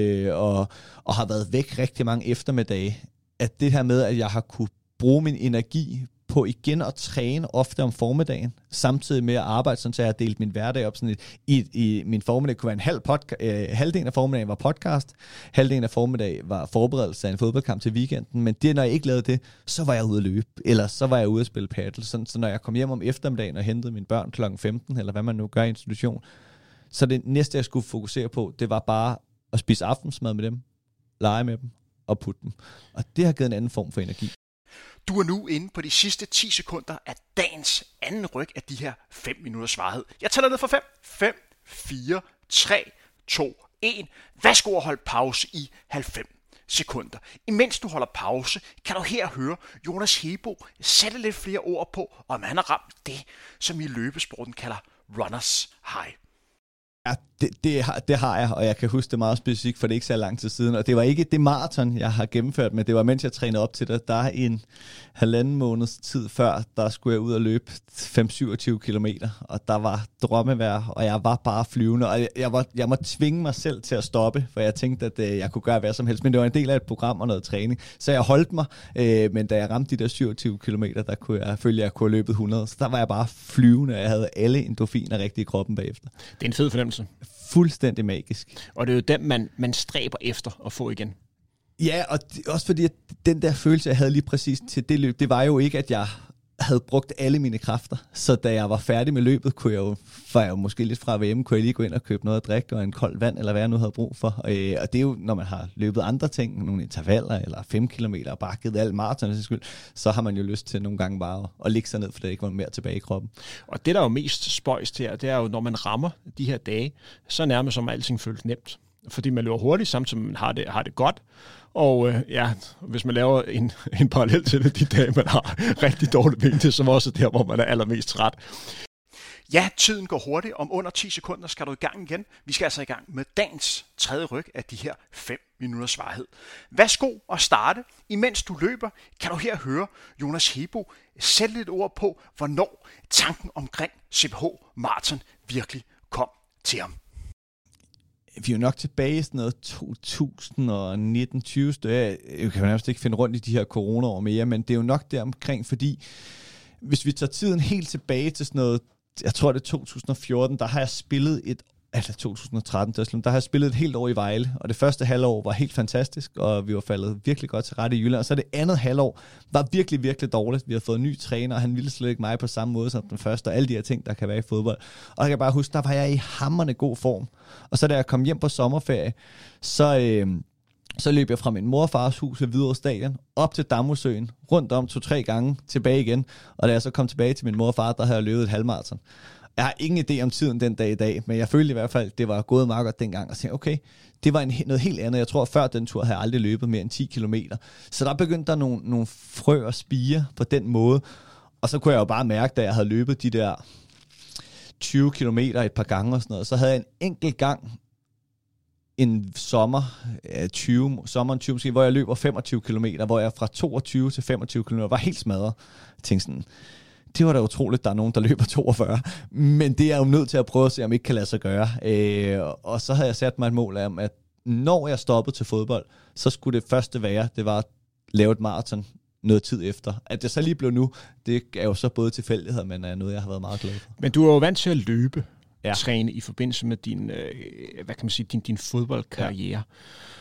Speaker 3: og har været væk rigtig mange eftermiddage, at det her med, at jeg har kunne bruge min energi på igen at træne ofte om formiddagen, samtidig med at arbejde, sådan så jeg har delt min hverdag op sådan i min formiddag kunne være halvdelen af formiddagen var podcast, halvdelen af formiddagen var forberedelse af en fodboldkamp til weekenden, men det, når jeg ikke lavede det, så var jeg ude at løbe, eller så var jeg ude at spille paddle, så når jeg kom hjem om eftermiddagen og hentede mine børn kl. 15, eller hvad man nu gør i institution, så det næste, jeg skulle fokusere på, det var bare at spise aftensmad med dem, lege med dem og putte dem. Og det har givet en anden form for energi.
Speaker 1: Du er nu inde på de sidste 10 sekunder af dagens anden ryg af de her 5 minutters varighed. Jeg tæller ned for 5. 5, 4, 3, 2, 1. Værsgo at holde pause i 90 sekunder. Imens du holder pause, kan du her høre Jonas Hebo sætte lidt flere ord på, om han har ramt det, som i løbesporten kalder runners high.
Speaker 3: Ja, det har jeg, og jeg kan huske det meget specifikt, for det er ikke så lang tid siden. Og det var ikke det maraton, jeg har gennemført, men det var, mens jeg trænede op til det. Der en 1,5 måneds tid før, der skulle jeg ud og løbe 5-27 kilometer, og der var drømmevejr, og jeg var bare flyvende, og jeg må tvinge mig selv til at stoppe, for jeg tænkte, at jeg kunne gøre hvad som helst, men det var en del af et program og noget træning, så jeg holdt mig, men da jeg ramte de der 27 kilometer, der kunne jeg føle, at jeg kunne have løbet 100, så der var jeg bare flyvende, og jeg havde alle endorfiner rigtig i kroppen bagefter.
Speaker 2: Det er en fed fornemmelse.
Speaker 3: Fuldstændig magisk.
Speaker 2: Og det er jo den, man stræber efter at få igen.
Speaker 3: Ja, og også fordi, at den der følelse, jeg havde lige præcis til det løb, det var jo ikke, at jeg havde brugt alle mine kræfter. Så da jeg var færdig med løbet, var jeg jo måske lidt fra VM, kunne jeg lige gå ind og købe noget at drikke og en kold vand, eller hvad jeg nu havde brug for. Og det er jo, når man har løbet andre ting, nogle intervaller eller 5 kilometer, og bare givet alt maraton, så har man jo lyst til nogle gange bare at ligge sig ned, for der ikke var mere tilbage i kroppen. Og
Speaker 2: det, der er jo mest spøjst her, det er jo, når man rammer de her dage, så nærmest som alting føles nemt. Fordi man løber hurtigt, samtidig man har det godt. Og hvis man laver en parallel til det, de dage, man har rigtig dårligt ben til, så er også der, hvor man er allermest træt.
Speaker 1: Ja, tiden går hurtigt. Om under 10 sekunder skal du i gang igen. Vi skal altså i gang med dagens tredje ryg af de her 5 minutters varighed. Værsgo at starte. Imens du løber, kan du her høre Jonas Hebo sætte lidt ord på, hvornår tanken omkring CPH Marathon virkelig kom til ham.
Speaker 3: Vi er jo nok tilbage i sådan noget 2019-20. Jeg kan jo nærmest ikke finde rundt i de her coronaår mere, men det er jo nok deromkring, fordi hvis vi tager tiden helt tilbage til sådan noget, jeg tror det er 2014, der har jeg spillet 2013, der har jeg spillet et helt år i Vejle, og det første halvår var helt fantastisk, og vi var faldet virkelig godt til rette i Jylland, og så det andet halvår var virkelig, virkelig dårligt. Vi har fået en ny træner, og han ville slet ikke mig på samme måde som den første, og alle de her ting, der kan være i fodbold. Og jeg kan bare huske, der var jeg i hamrende god form. Og så da jeg kom hjem på sommerferie, så løb jeg fra min mor og fars hus ved Hvidovre Stadion, op til Damhusøen, rundt om 2-3 gange, tilbage igen, og da jeg så kom tilbage til min mor og far, der havde jeg løbet et halvmaraton. Jeg har ingen idé om tiden den dag i dag, men jeg følte i hvert fald, at det var gået meget godt dengang, og tænkte, okay, det var noget helt andet. Jeg tror, før den tur havde jeg aldrig løbet mere end 10 kilometer. Så der begyndte der nogle frø og spire på den måde, og så kunne jeg jo bare mærke, da jeg havde løbet de der 20 kilometer et par gange og sådan noget, så havde jeg en enkelt gang en sommeren 20 måske, hvor jeg løber 25 kilometer, hvor jeg fra 22 til 25 kilometer var helt smadret. Jeg tænkte sådan, det var da utroligt, der er nogen, der løber 42, men det er jeg jo nødt til at prøve at se, om ikke kan lade sig gøre. Og så havde jeg sat mig et mål om, at når jeg stoppede til fodbold, så skulle det første være, det var at lave et maraton noget tid efter. At det så lige blev nu, det er jo så både tilfældighed, men er noget, jeg har været meget glad for.
Speaker 2: Men du er jo vant til at løbe, træne i forbindelse med din, hvad kan man sige, din fodboldkarriere. Ja.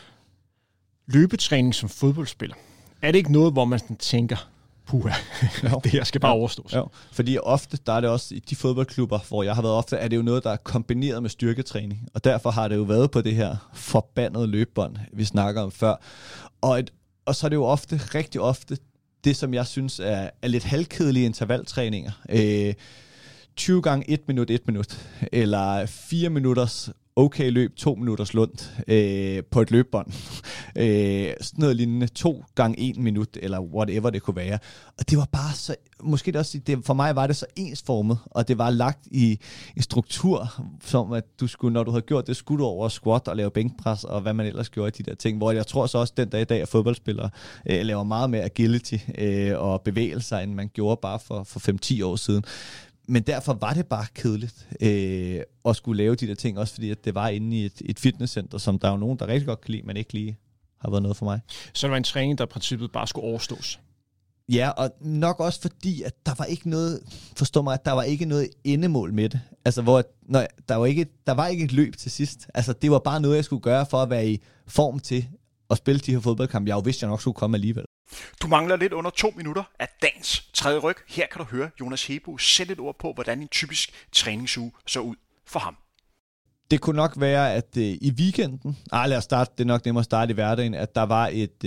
Speaker 2: Løbetræning som fodboldspiller, er det ikke noget, hvor man tænker, puha, det her skal bare overstås?
Speaker 3: Jo, fordi ofte, der er det også i de fodboldklubber, hvor jeg har været ofte, er det jo noget, der er kombineret med styrketræning, og derfor har det jo været på det her forbandede løbbånd, vi snakker om før. Og så er det jo ofte, rigtig ofte, det som jeg synes er lidt halvkedelige intervaltræninger. 20 gange 1 minut, eller 4 minutters okay løb, 2 minutters lundt på et løbbånd. Sådan noget lignende 2 gange 1 minut, eller whatever det kunne være. Og det var bare så, måske det også, for mig var det så ensformet, og det var lagt i en struktur, som at du skulle, når du havde gjort det, skulle du over squat og lave bænkpres, og hvad man ellers gjorde i de der ting, hvor jeg tror så også den dag i dag, at fodboldspillere laver meget mere agility og bevægelser, end man gjorde bare for 5-10 år siden. Men derfor var det bare kedeligt at skulle lave de der ting, også fordi at det var inde i et fitnesscenter, som der er jo nogen, der rigtig godt kan lide, men ikke lige har været noget for mig.
Speaker 2: Så det var en træning, der i princippet bare skulle overstås?
Speaker 3: Ja, og nok også fordi, at der var ikke noget, forstå mig, at der var ikke noget endemål med det. Altså, hvor der var ikke et løb til sidst. Altså, det var bare noget, jeg skulle gøre for at være i form til at spille de her fodboldkampe. Jeg vidste, jeg nok skulle komme alligevel.
Speaker 1: Du mangler lidt under 2 minutter af dagens tredje ryg. Her kan du høre Jonas Hebo sætte et ord på, hvordan en typisk træningsuge så ud for ham.
Speaker 3: Det kunne nok være, at i weekenden, lad os starte, det er nok nemmere at starte i hverdagen, at der var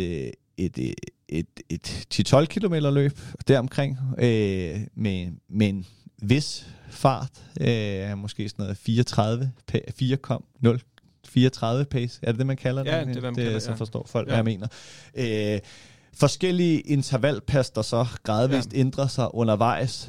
Speaker 3: et 10-12 kilometer løb deromkring med en vis fart, måske sådan noget 4,34 pace, er det man kalder det?
Speaker 2: Ja, det er, hvad man kalder det,
Speaker 3: så forstår folk, hvad jeg mener. Forskellige intervalpas, der så gradvist ændrer sig undervejs.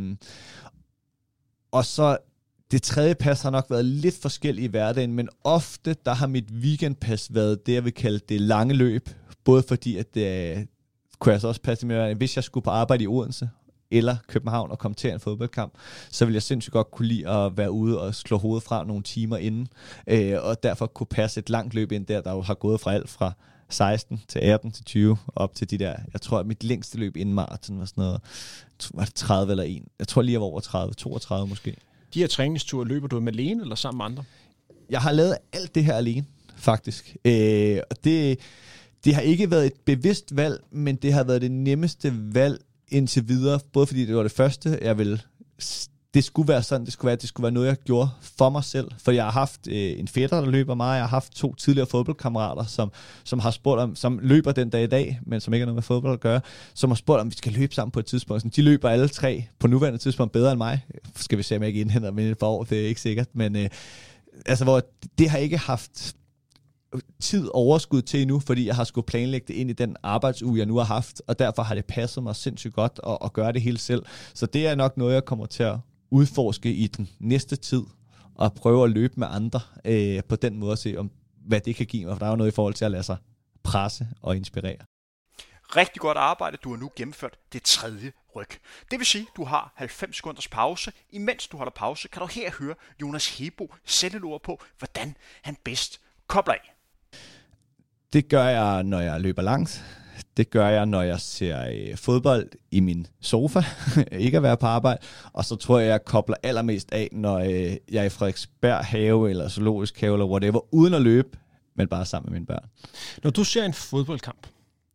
Speaker 3: Og så det tredje pas har nok været lidt forskelligt i hverdagen, men ofte der har mit weekendpas været det, jeg vil kalde det lange løb. Både fordi, at det kunne jeg så også passe med, hvis jeg skulle på arbejde i Odense eller København og komme til en fodboldkamp, så ville jeg sindssygt godt kunne lide at være ude og slå hovedet fra nogle timer inden. Og derfor kunne passe et langt løb ind der jo har gået fra alt fra 16 til 18 til 20 op til de der, jeg tror at mit længste løb inden maraton var sådan noget, var det 30 eller 1? Jeg tror lige jeg var over 30, 32 måske.
Speaker 2: De her træningsture, løber du med alene eller sammen med andre?
Speaker 3: Jeg har lavet alt det her alene, faktisk. Og det har ikke været et bevidst valg, men det har været det nemmeste valg indtil videre, både fordi det var det første, det skulle være sådan, det skulle være noget, jeg gjorde for mig selv. For jeg har haft en fætter, der løber meget. Jeg har haft 2 tidligere fodboldkammerater, som har spurgt om, som løber den dag i dag, men som ikke har noget med fodbold at gøre, som har spurgt om, vi skal løbe sammen på et tidspunkt. De løber alle 3 på nuværende tidspunkt bedre end mig. Skal vi se, om jeg ikke indhenter dem et par år, det er ikke sikkert. Men hvor det har ikke haft tid overskud til endnu, fordi jeg har skulle planlægge det ind i den arbejdsuge, jeg nu har haft, og derfor har det passet mig sindssygt godt at gøre det hele selv. Så det er nok noget, jeg kommer til at udforske i den næste tid, og prøve at løbe med andre på den måde, at se om, hvad det kan give mig, for der er jo noget i forhold til at lade sig presse og inspirere.
Speaker 1: Rigtig godt arbejde, du har nu gennemført det tredje ryg. Det vil sige, du har 90 sekunders pause. Imens du holder pause, kan du her høre Jonas Hebo sætte et ord på, hvordan han bedst kobler af.
Speaker 3: Det gør jeg, når jeg løber langt. Det gør jeg, når jeg ser fodbold i min sofa, ikke at være på arbejde. Og så tror jeg kobler allermest af, når jeg er i Frederiksberg have, eller zoologisk have, eller whatever, uden at løbe, men bare sammen med mine børn.
Speaker 2: Når du ser en fodboldkamp,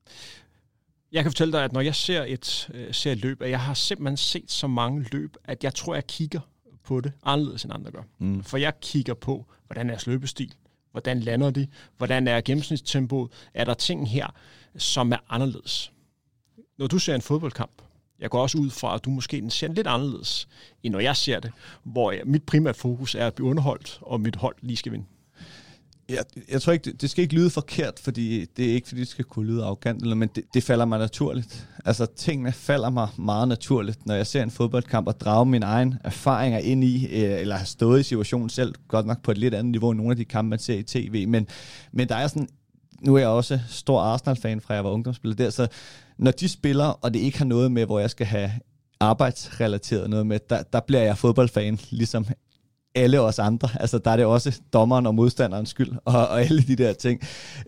Speaker 2: jeg kan fortælle dig, at når jeg ser et løb, at jeg har simpelthen set så mange løb, at jeg tror, jeg kigger på det anderledes end andre gør. For jeg kigger på, hvordan er deres løbestil, hvordan lander de, hvordan er gennemsnitstempoet, er der ting her, som er anderledes. Når du ser en fodboldkamp, jeg går også ud fra, at du måske den ser lidt anderledes, end når jeg ser det, hvor mit primære fokus er at blive underholdt, og mit hold lige skal vinde.
Speaker 3: Jeg tror ikke, det skal ikke lyde forkert, fordi det er ikke, fordi det skal kunne lyde arrogant, men det falder mig naturligt. Altså, tingene falder mig meget naturligt, når jeg ser en fodboldkamp og drager mine egne erfaringer ind i, eller har stået i situationen selv, godt nok på et lidt andet niveau end nogle af de kampe, man ser i tv, men der er sådan, nu er jeg også stor Arsenal-fan fra jeg var ungdomsspiller der, så når de spiller, og det ikke har noget med, hvor jeg skal have arbejdsrelateret noget med, der bliver jeg fodboldfan, ligesom alle os andre. Altså, der er det også dommeren og modstanderens skyld, og alle de der ting.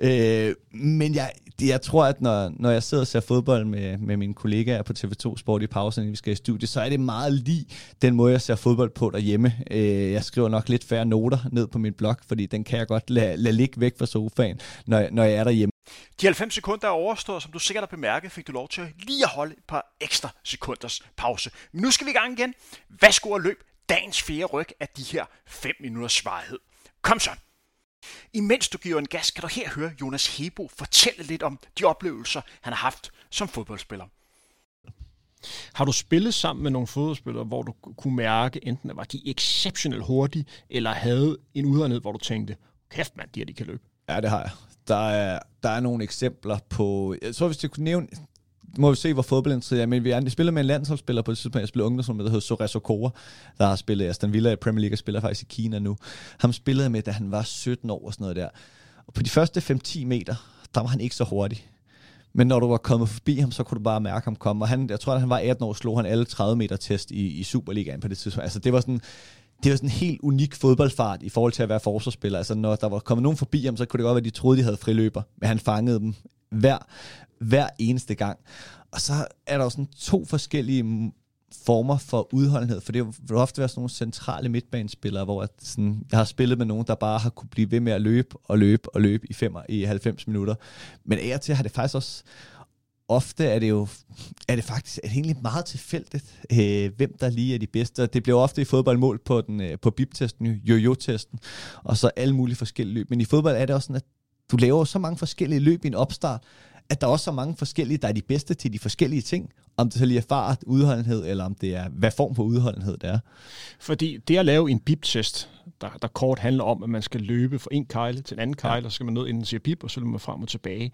Speaker 3: Men jeg tror, at når jeg sidder og ser fodbold med mine kollegaer på TV2 Sport i pausen, når vi skal i studie, så er det meget lige den måde, jeg ser fodbold på derhjemme. Jeg skriver nok lidt færre noter ned på min blog, fordi den kan jeg godt lade ligge væk fra sofaen, når jeg er derhjemme.
Speaker 1: De 90 sekunder er overstået, som du sikkert har bemærket, fik du lov til lige at holde et par ekstra sekunders pause. Men nu skal vi i gang igen. Værsgo og løb dagens 4. ryg af de her 5 minutters varighed. Kom så! Imens du giver en gas, kan du her høre Jonas Hebo fortælle lidt om de oplevelser, han har haft som fodboldspiller.
Speaker 2: Har du spillet sammen med nogle fodboldspillere, hvor du kunne mærke, enten at var de exceptionelt hurtige, eller havde en udholdenhed, hvor du tænkte, kæft mand, de kan løbe?
Speaker 3: Ja, det har jeg. Der er nogle eksempler på... Jeg tror, hvis jeg kunne nævne... Må vi se, hvor fodboldinteresseret er. Men vi spiller med en landsholdsspiller på et tidspunkt. Jeg spiller ungdomshold, der hedder Sores Okora, der har spillet Aston Villa i Premier League og spiller faktisk i Kina nu. Ham spillede jeg med, da han var 17 år og sådan noget der. Og på de første 5-10 meter, der var han ikke så hurtig. Men når du var kommet forbi ham, så kunne du bare mærke ham komme. Og jeg tror, at han var 18 år, slog han alle 30 meter test i Superligaen på det tidspunkt. Altså, det var sådan en helt unik fodboldfart i forhold til at være forsvarsspiller. Altså, når der var kommet nogen forbi ham, så kunne det godt være, at de troede, de havde friløber. Men han fangede dem hver eneste gang. Og så er der jo sådan 2 forskellige former for udholdenhed, for det vil ofte være sådan nogle centrale midtbanespillere, hvor jeg har spillet med nogen, der bare har kunne blive ved med at løbe i 90 minutter. Men af og til har det faktisk også, ofte er det faktisk egentlig meget tilfældigt, hvem der lige er de bedste. Det bliver ofte i fodbold mål på BIP-testen, jo-jo-testen, og så alle mulige forskellige løb. Men i fodbold er det også sådan, at du laver så mange forskellige løb i en opstart, at der er også så mange forskellige, der er de bedste til de forskellige ting. Om det så lige er fart, udholdenhed, eller om det er, hvad form for udholdenhed det er.
Speaker 2: Fordi det at lave en bip-test, der kort handler om, at man skal løbe fra en kejle til en anden kejle, og så skal man ned, inden den siger bip, og så løber man frem og tilbage.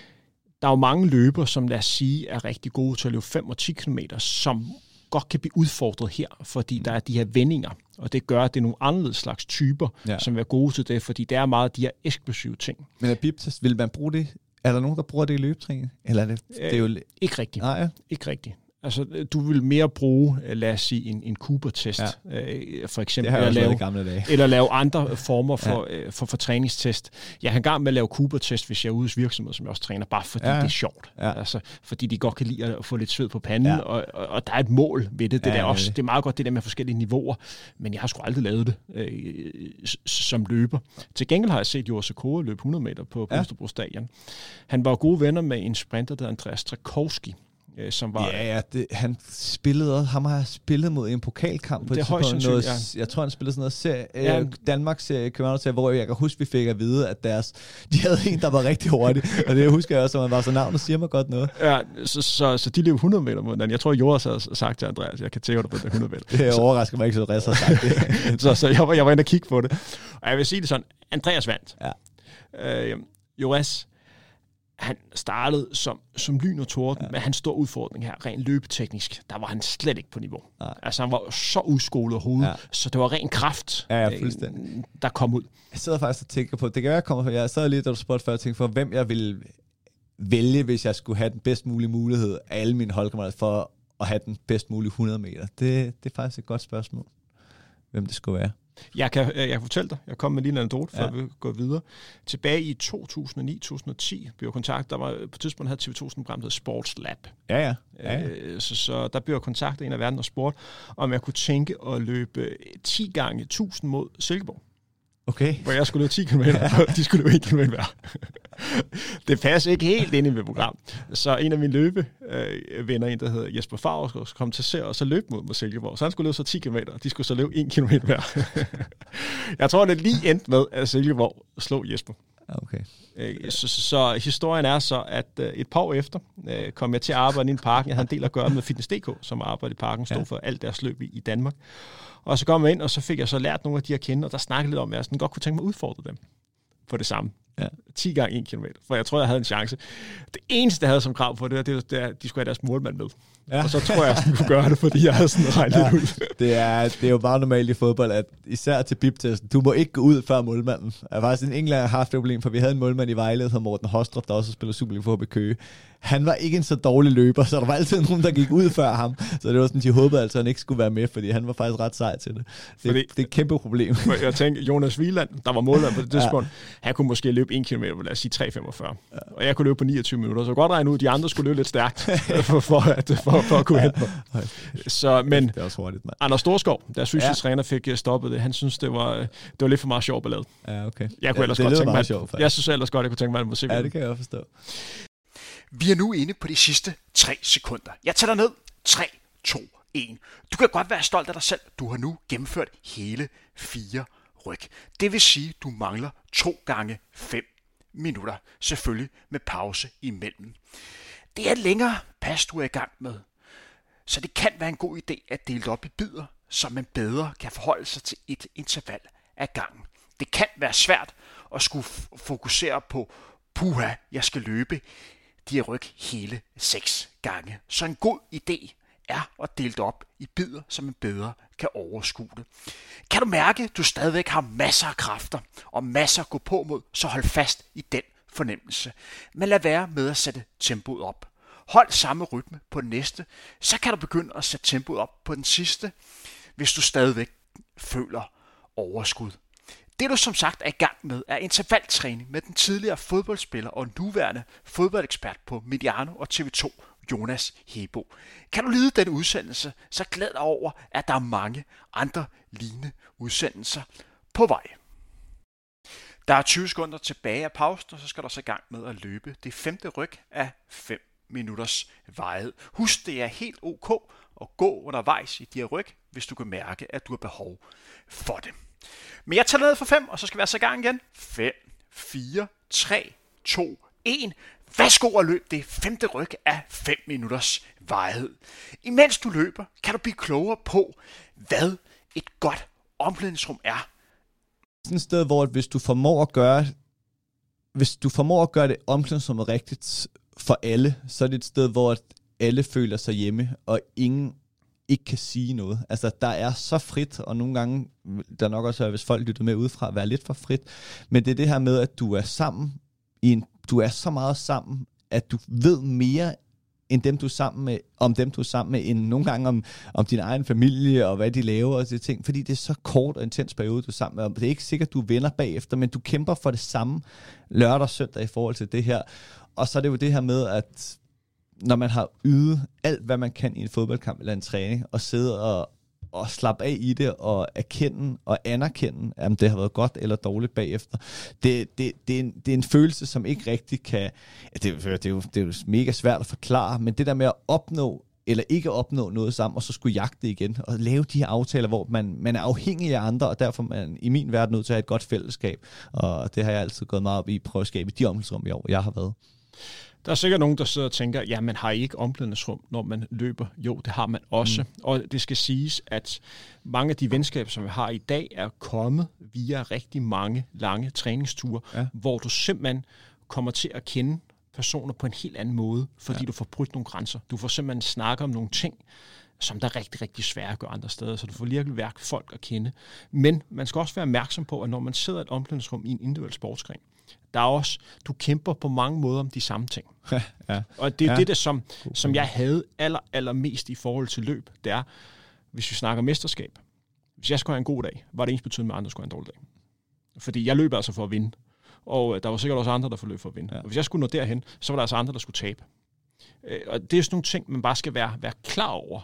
Speaker 2: Der er jo mange løber, som lad os sige, er rigtig gode til at løbe 5 og 10 km, som godt kan blive udfordret her, fordi der er de her vendinger, og det gør, at det er nogle anderledes slags typer, som er gode til det, fordi det er meget de her eksplosive ting.
Speaker 3: Men er bip-test, vil man bruge det? Er der nogen, der bruger det i løbetræning? Eller er det er jo...
Speaker 2: Ikke rigtigt.
Speaker 3: Nej, ja.
Speaker 2: Ikke rigtigt. Altså, du vil mere bruge, lad os sige, en Cooper-test, for eksempel, eller lave andre former for træningstest. Jeg har engang med at lave Cooper-test, hvis jeg er ude hos virksomheder, som jeg også træner, bare fordi det er sjovt. Ja. Altså, fordi de godt kan lide at få lidt sved på panden, og der er et mål ved det. Det er meget godt, det der med forskellige niveauer, men jeg har sgu aldrig lavet det som løber. Til gengæld har jeg set Jonas Okora løbe 100 meter på Østerbro Stadion. Han var gode venner med en sprinter, der hedder Andreas Trakowski, som var...
Speaker 3: Han spillede også. Han har spillet mod en pokalkamp på
Speaker 2: det
Speaker 3: noget. Jeg tror, han spillede sådan noget Danmarks serie, hvor jeg kan huske, vi fik at vide, at de havde en, der var rigtig hurtig. Og det husker jeg også, at man var så navnet siger mig godt noget.
Speaker 2: Ja, så de løb 100 meter mod hinanden. Jeg tror, Jonas havde sagt til Andreas, jeg kan tæve dig på det 100 meter.
Speaker 3: Det overrasker mig ikke, så Res har sagt det.
Speaker 2: så jeg var inde og kigge på det. Og jeg vil sige det sådan, Andreas vandt.
Speaker 3: Ja.
Speaker 2: Jonas, han startede som lyn og torden, men hans store udfordring her, rent løbeteknisk, der var han slet ikke på niveau. Nej. Altså han var så udskolet hovedet, så det var ren kraft, der kom ud.
Speaker 3: Jeg sidder faktisk og tænker på, det kan være, jeg kommer fra, jeg sad lige, da du spurgte før, og tænkte for, hvem jeg ville vælge, hvis jeg skulle have den bedst mulige mulighed af alle mine holdkammerater for at have den bedst mulige 100 meter. Det er faktisk et godt spørgsmål, hvem det skulle være.
Speaker 2: Jeg kan fortælle dig, jeg kom med lige en anekdote, før vi går videre. Tilbage i 2009-2010 blev jeg kontaktet, der var på et tidspunkt havde TV2 sådan et program, der hedder Sports Lab.
Speaker 3: Ja.
Speaker 2: Så der blev jeg kontaktet en af verden og spurgte, om jeg kunne tænke at løbe 10 gange 1000 mod Silkeborg.
Speaker 3: Okay.
Speaker 2: Hvor jeg skulle løbe 10 km, og de skulle løbe 1 km hver. Det passer ikke helt ind i mit program. Så en af mine løbevenner, en der hedder Jesper Favre, kom til at se og så løb mod Silkeborg. Så han skulle løbe så 10 km, og de skulle så løbe 1 km hver. Jeg tror, det lige endte med, at Silkeborg slog Jesper.
Speaker 3: Okay.
Speaker 2: Så historien er så, at et par år efter kom jeg til at arbejde i en parken. Jeg havde en del at gøre med Fitness.dk, som arbejder i parken, stod for alt deres løb i Danmark. Og så kom jeg ind, og så fik jeg så lært nogle af de her kende, og der snakkede lidt om, at jeg sådan godt kunne tænke mig at udfordre dem på det samme. 10 gange 1 kilometer, for jeg tror, jeg havde en chance. Det eneste, jeg havde som krav for det, det er, at de skulle have deres målmand med. Ja. Og så tror jeg, at jeg kunne gøre det, fordi jeg havde sådan regnet ud.
Speaker 3: Det er jo bare normalt i fodbold, at især til BIP-testen, du må ikke gå ud før målmanden. Jeg har faktisk en England haft det problem, for vi havde en målmand i Vejle, der hedder Morten Hostrup, der også spillede Superliga for Køge. Han var ikke en så dårlig løber, så der var altid nogen, der gik ud før ham. Så det var sådan, de håbede altså, at han ikke skulle være med, fordi han var faktisk ret sej til det. Det er et kæmpe problem.
Speaker 2: Jeg tænkte, Jonas Wieland, der var målmand på det tidspunkt, han kunne måske løbe 1 kilometer, lad os sige 3,45. Og jeg kunne løbe på 29 minutter, så godt regne ud, de andre skulle løbe lidt stærkt, for at kunne hente mig. Så, men
Speaker 3: det er også hurtigt, mand.
Speaker 2: Anders Storskov, der fysiotræner, fik stoppet det. Han synes, det var lidt for meget sjov ballade.
Speaker 3: Ja, okay.
Speaker 2: Jeg kunne ellers godt tænke mig, jeg synes ellers godt, jeg kunne tænke mig en musik.
Speaker 3: Ja, det kan jeg forstå.
Speaker 1: Vi er nu inde på de sidste 3 sekunder. Jeg tæller ned. 3, 2, 1. Du kan godt være stolt af dig selv. Du har nu gennemført hele 4 ryg. Det vil sige, at du mangler 2 gange 5 minutter. Selvfølgelig med pause imellem. Det er et længere pas, du er i gang med. Så det kan være en god idé at dele det op i bidder, så man bedre kan forholde sig til et interval ad gangen. Det kan være svært at skulle fokusere på, puha, jeg skal løbe de her ryg hele 6 gange. Så en god idé er at dele det op i bidder, så man bedre kan overskue det. Kan du mærke, at du stadigvæk har masser af kræfter og masser at gå på mod, så hold fast i den fornemmelse. Men lad være med at sætte tempoet op. Hold samme rytme på den næste, så kan du begynde at sætte tempoet op på den sidste, hvis du stadigvæk føler overskud. Det du som sagt er i gang med, er intervaltræning med den tidligere fodboldspiller og nuværende fodboldekspert på Mediano og TV2, Jonas Hebo. Kan du lide den udsendelse, så glæd dig over, at der er mange andre lignende udsendelser på vej. Der er 20 sekunder tilbage af pausen, og så skal du så i gang med at løbe det 5. ryg af 5 minutters varighed. Husk, det er helt ok at gå undervejs i de her ryg, hvis du kan mærke, at du har behov for det. Men jeg tager ned for 5, og så skal vi altså i gang igen. 5, 4, 3, 2, 1. Værsgo og løb det 5. ryg af 5 minutters varighed. Imens du løber, kan du blive klogere på, hvad et godt omklædningsrum er.
Speaker 3: Sådan et sted, hvor hvis du formår at gøre det omklædningsrummet rigtigt for alle, så er det et sted, hvor alle føler sig hjemme, og ingen ikke kan sige noget. Altså, der er så frit, og nogle gange, der nok også er, hvis folk lytter med udefra, være lidt for frit, men det er det her med, at du er sammen, du er så meget sammen, at du ved mere end dem, du er sammen med, om dem, du er sammen med, end nogle gange om din egen familie, og hvad de laver, og de ting, fordi det er så kort og intens periode, du er sammen med, og det er ikke sikkert, du vinder bagefter, men du kæmper for det samme lørdag og søndag i forhold til det her. Og så er det jo det her med, at når man har ydet alt, hvad man kan i en fodboldkamp eller en træning, og sidde og slappe af i det, og erkende og anerkende, om det har været godt eller dårligt bagefter. Det er en følelse, som ikke rigtig kan... Det er jo mega svært at forklare, men det der med at opnå eller ikke opnå noget sammen, og så skulle jagte det igen, og lave de her aftaler, hvor man er afhængig af andre, og derfor man i min verden nødt til at have et godt fællesskab. Og det har jeg altid gået meget op i, prøve at skabe de omklædningsrum, jeg har været.
Speaker 2: Der er sikkert nogen, der sidder og tænker, ja, man har ikke omklædningsrum, når man løber. Jo, det har man også. Og det skal siges, at mange af de venskaber, som vi har i dag, er kommet via rigtig mange lange træningsture, hvor du simpelthen kommer til at kende personer på en helt anden måde, fordi du får brudt nogle grænser. Du får simpelthen snakket om nogle ting, som der er rigtig, rigtig svære at gøre andre steder, så du får virkelig folk at kende. Men man skal også være opmærksom på, at når man sidder i et omklædningsrum i en individuel sportsgren, der er også, du kæmper på mange måder om de samme ting. Og det er det, som jeg havde allermest i forhold til løb, det er, hvis vi snakker mesterskab. Hvis jeg skulle have en god dag, var det ens betydende med, at andre skulle have en dårlig dag. Fordi jeg løb altså for at vinde. Og der var sikkert også andre, der forløb for at vinde. Og hvis jeg skulle nå derhen, så var der altså andre, der skulle tabe. Og det er sådan nogle ting, man bare skal være klar over,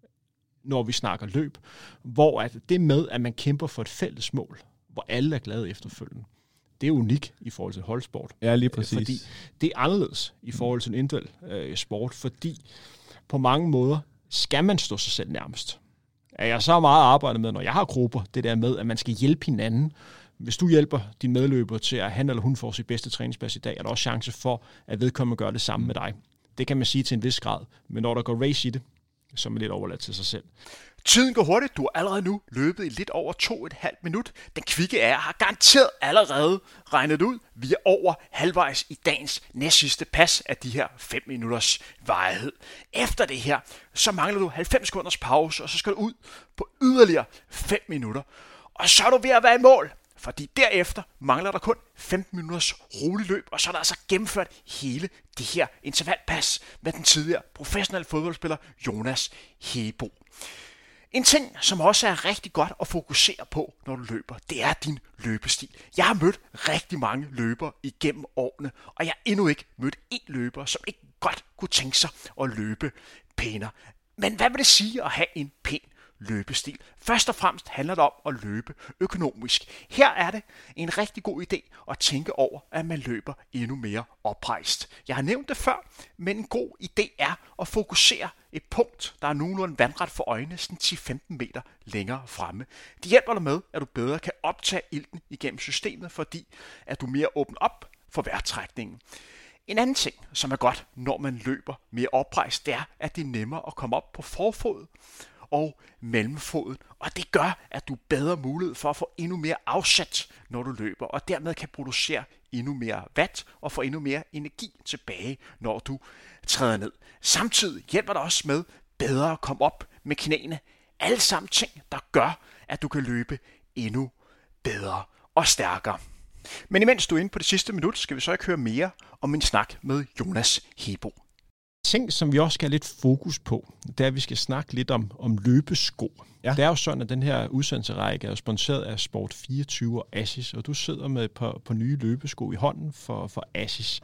Speaker 2: når vi snakker løb. Hvor at det med, at man kæmper for et fælles mål, hvor alle er glade efterfølgende, det er unikt i forhold til holdsport.
Speaker 3: Ja, lige præcis.
Speaker 2: Fordi det er anderledes i forhold til en individuel sport, fordi på mange måder skal man stå sig selv nærmest. Jeg så meget arbejdet med, når jeg har grupper, det der med, at man skal hjælpe hinanden. Hvis du hjælper din medløber til, at han eller hun får sit bedste træningsplads i dag, er der også chance for, at vedkommende gør det samme med dig. Det kan man sige til en vis grad, men når der går race i det, så er man lidt overladt til sig selv.
Speaker 1: Tiden går hurtigt. Du har allerede nu løbet i lidt over 2,5 minut. Den kvikke er har garanteret allerede regnet ud. Vi er over halvvejs i dagens næstsidste pas af de her 5 minutters varighed. Efter det her, så mangler du 90 sekunders pause, og så skal du ud på yderligere 5 minutter. Og så er du ved at være i mål. Fordi derefter mangler der kun 15 minutters rolig løb, og så er der altså gennemført hele det her intervalpas med den tidligere professionelle fodboldspiller Jonas Hebo. En ting, som også er rigtig godt at fokusere på, når du løber, det er din løbestil. Jeg har mødt rigtig mange løbere igennem årene, og jeg har endnu ikke mødt en løber, som ikke godt kunne tænke sig at løbe pænere. Men hvad vil det sige at have en pæn løbestil? Først og fremmest handler det om at løbe økonomisk. Her er det en rigtig god idé at tænke over, at man løber endnu mere oprejst. Jeg har nævnt det før, men en god idé er at fokusere et punkt, der er nogenlunde vandret for øjnene, sådan 10-15 meter længere fremme. Det hjælper dig med, at du bedre kan optage ilten igennem systemet, fordi at du mere åbner op for vejrtrækningen. En anden ting, som er godt, når man løber mere oprejst, det er, at det er nemmere at komme op på forfod og mellemfoden, og det gør, at du bedre mulighed for at få endnu mere afsat, når du løber, og dermed kan producere endnu mere watt og få endnu mere energi tilbage, når du træder ned. Samtidig hjælper det også med bedre at komme op med knæene. Alle sammen ting, der gør, at du kan løbe endnu bedre og stærkere. Men imens du er inde på det sidste minut, skal vi så ikke høre mere om min snak med Jonas Hebo.
Speaker 2: Ting, som vi også skal have lidt fokus på, det er, at vi skal snakke lidt om løbesko. Ja. Det er jo sådan, at den her udsendelserække er sponsoreret af Sport24 og Asics, og du sidder med på nye løbesko i hånden for Asics.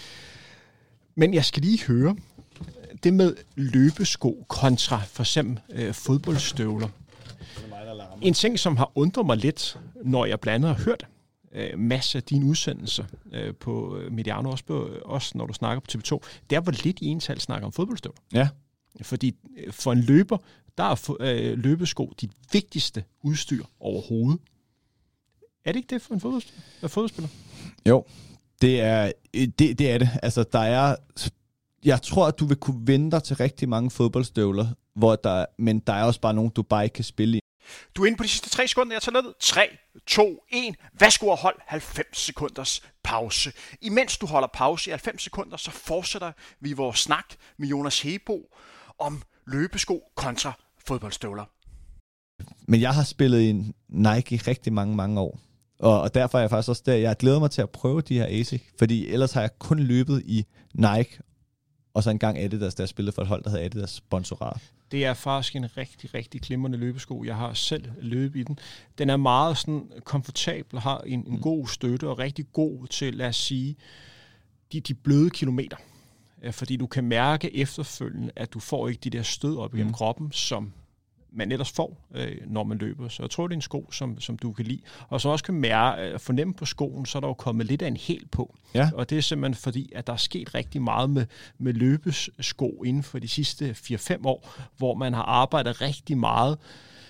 Speaker 2: Men jeg skal lige høre, det med løbesko kontra for eksempel fodboldstøvler. En ting, som har undret mig lidt, når jeg blandt andet har hørt masser af dine udsendelser på Mediano, også når du snakker på TV2, det er, hvor lidt i ental snakker om fodboldstøvler. Ja. Fordi for en løber, der er løbesko dit vigtigste udstyr overhovedet. Er det ikke det for en fodboldspiller?
Speaker 3: Jo, det er det. Altså, jeg tror, at du vil kunne vende dig til rigtig mange fodboldstøvler, men der er også bare nogen, du bare ikke kan spille i.
Speaker 1: Du er inde på de sidste 3 sekunder, jeg tager ned. 3, 2, 1. Værsgo og hold 90 sekunders pause. Imens du holder pause i 90 sekunder, så fortsætter vi vores snak med Jonas Hebo om løbesko kontra fodboldstøvler.
Speaker 3: Men jeg har spillet i Nike i rigtig mange år. Og derfor er jeg faktisk også der. Jeg glæder mig til at prøve de her Asics, fordi ellers har jeg kun løbet i Nike, og så engang Adidas, der spillede for et hold, der hedder Adidas sponsorat.
Speaker 2: Det er faktisk en rigtig, rigtig glimrende løbesko. Jeg har selv løbet i den. Den er meget sådan komfortabel, har en god støtte og rigtig god til, lad os sige, de bløde kilometer. Fordi du kan mærke efterfølgende, at du får ikke de der stød op igennem kroppen, som man ellers får, når man løber. Så jeg tror, det er en sko, som du kan lide. Og så også kan fornemme på skoen, så er der jo kommet lidt af en hæl på. Ja. Og det er simpelthen fordi, at der er sket rigtig meget med løbesko inden for de sidste 4-5 år, hvor man har arbejdet rigtig meget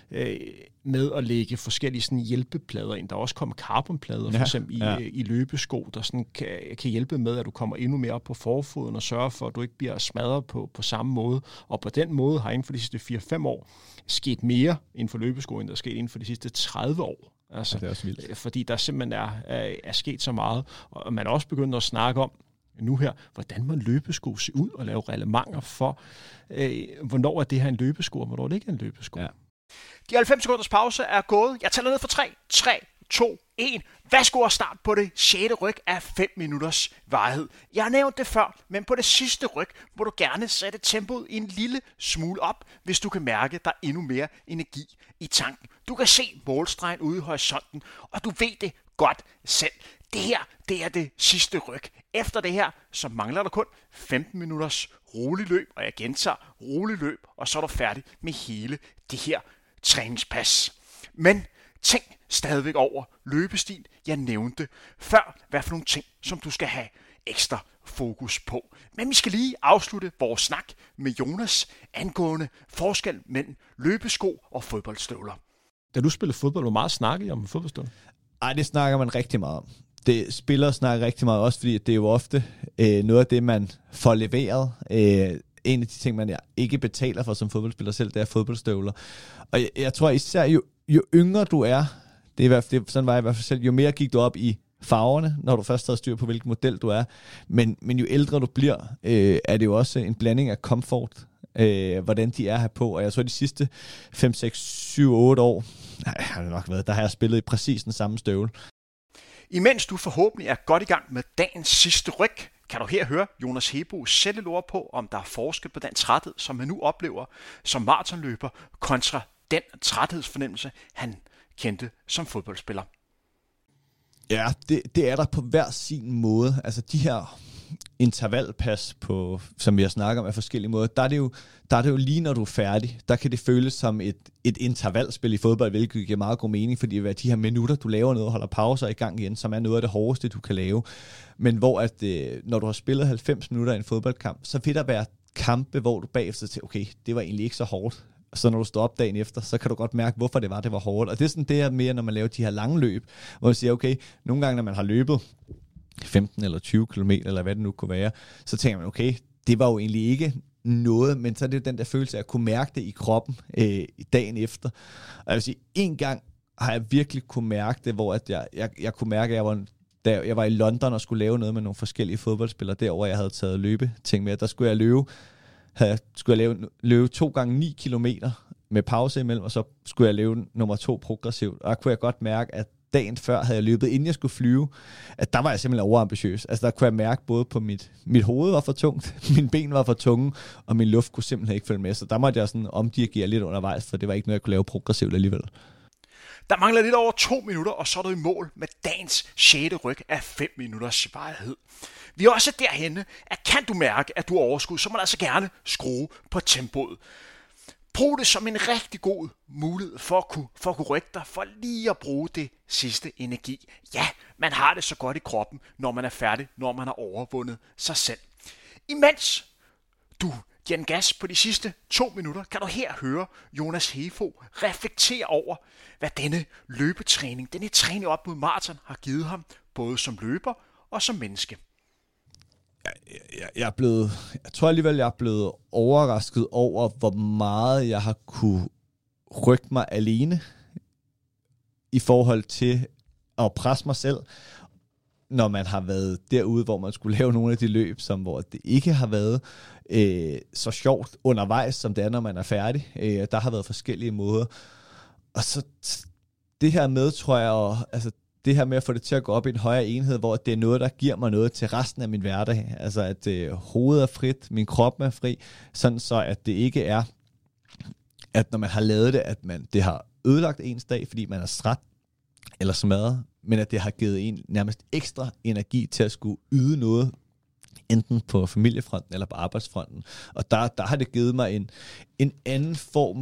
Speaker 2: med at lægge forskellige sådan hjælpeplader ind. Der er også kommet carbonplader for eksempel i løbesko, der sådan kan hjælpe med, at du kommer endnu mere op på forfoden og sørge for, at du ikke bliver smadret på samme måde. Og på den måde har inden for de sidste 4-5 år sket mere inden for løbesko, end der er sket inden for de sidste 30 år. Altså,
Speaker 3: det er også vildt.
Speaker 2: Fordi der simpelthen er sket så meget. Og man er også begyndt at snakke om nu her, hvordan må en løbesko se ud og lave reglementer for, hvornår er det her en løbesko, og hvornår er det ikke en løbesko. Ja.
Speaker 1: De 90 sekunders pause er gået. Jeg tæller ned for 3, 2, 1. Værsgo og start på det 6. ryg af 5 minutters varighed. Jeg har nævnt det før, men på det sidste ryg må du gerne sætte tempoet en lille smule op, hvis du kan mærke, at der er endnu mere energi i tanken. Du kan se målstregen ude i horisonten, og du ved det godt selv. Det her, det er det sidste ryg. Efter det her, så mangler der kun 15 minutters rolig løb, og jeg gentager rolig løb, og så er du færdig med hele det her træningspas. Men tænk stadigvæk over løbestil, jeg nævnte før. Hvad for nogle ting, som du skal have ekstra fokus på. Men vi skal lige afslutte vores snak med Jonas angående forskel mellem løbesko og fodboldstøvler.
Speaker 2: Da du spillede fodbold, hvor meget snakkede I om fodboldstøvler?
Speaker 3: Ej, det snakker man rigtig meget om. Spillere snakker rigtig meget, også fordi det er jo ofte noget af det, man får leveret. En af de ting, man ikke betaler for som fodboldspiller selv, det er fodboldstøvler. Og jeg tror især, jo yngre du er, det er i hvert fald, sådan var jeg i hvert fald selv, jo mere gik du op i farverne, når du først havde styr på, hvilken model du er. Men jo ældre du bliver, er det jo også en blanding af comfort, hvordan de er her på. Og jeg tror, de sidste 5, 6, 7, 8 år, har det nok været, der har jeg spillet i præcis den samme støvle.
Speaker 1: Imens du forhåbentlig er godt i gang med dagens sidste ryg, kan du her høre Jonas Hebo sætte ord på, om der er forskel på den træthed, som han nu oplever som maratonløber, kontra den træthedsfornemmelse, han kendte som fodboldspiller.
Speaker 3: Ja, det er der på hver sin måde. Altså de her intervalpas, som vi har snakket om af forskellige måder, der er det jo lige når du er færdig. Der kan det føles som et intervalspil i fodbold, hvilket giver meget god mening, fordi det er de her minutter, du laver noget og holder pauser i gang igen, som er noget af det hårdeste, du kan lave. Men hvor at, når du har spillet 90 minutter i en fodboldkamp, så vil der være kampe, hvor du bagefter til, okay, det var egentlig ikke så hårdt. Så når du står op dagen efter, så kan du godt mærke, hvorfor det var hårdt. Og det er sådan det her mere, når man laver de her lange løb, hvor man siger, okay, nogle gange, når man har løbet 15 eller 20 kilometer, eller hvad det nu kunne være, så tænker man, okay, det var jo egentlig ikke noget, men så er det jo den der følelse af at kunne mærke det i kroppen dagen efter. Og jeg vil sige, en gang har jeg virkelig kunne mærke det, hvor at jeg kunne mærke, at da jeg var i London og skulle lave noget med nogle forskellige fodboldspillere derovre, jeg havde taget løbeting med, der skulle jeg løbe 2 gange 9 kilometer med pause imellem, og så skulle jeg løbe nummer 2 progressivt. Og der kunne jeg godt mærke, at dagen før havde jeg løbet, inden jeg skulle flyve, at der var jeg simpelthen overambitiøs. Altså der kunne jeg mærke både på mit hoved var for tungt, mine ben var for tunge, og min luft kunne simpelthen ikke følge med. Så der måtte jeg sådan omdirigere lidt undervejs, for det var ikke noget, jeg kunne lave progressivt alligevel.
Speaker 1: Der mangler lidt over 2 minutter, og så er du i mål med dagens 6. ryg af 5 minutters varighed. Vi er også derhenne, at kan du mærke, at du er overskud, så må du altså gerne skrue på tempoet. Brug det som en rigtig god mulighed for at kunne rykke dig, for lige at bruge det sidste energi. Ja, man har det så godt i kroppen, når man er færdig, når man har overvundet sig selv. Imens du giver en gas på de sidste 2 minutter, kan du her høre Jonas Hebo reflektere over, hvad denne løbetræning, denne træning op mod maraton har givet ham, både som løber og som menneske.
Speaker 3: Jeg tror alligevel, jeg er blevet overrasket over, hvor meget jeg har kunne rykke mig alene i forhold til at presse mig selv, når man har været derude, hvor man skulle lave nogle af de løb, hvor det ikke har været så sjovt undervejs, som det er, når man er færdig. Der har været forskellige måder. Og så det her med, tror jeg, det her med at få det til at gå op i en højere enhed, hvor det er noget, der giver mig noget til resten af min hverdag. Altså at hovedet er frit, min krop er fri, sådan så at det ikke er, at når man har lavet det, at det har ødelagt ens dag, fordi man er træt eller smadret, men at det har givet en nærmest ekstra energi til at skulle yde noget, enten på familiefronten eller på arbejdsfronten. Og der har det givet mig en anden form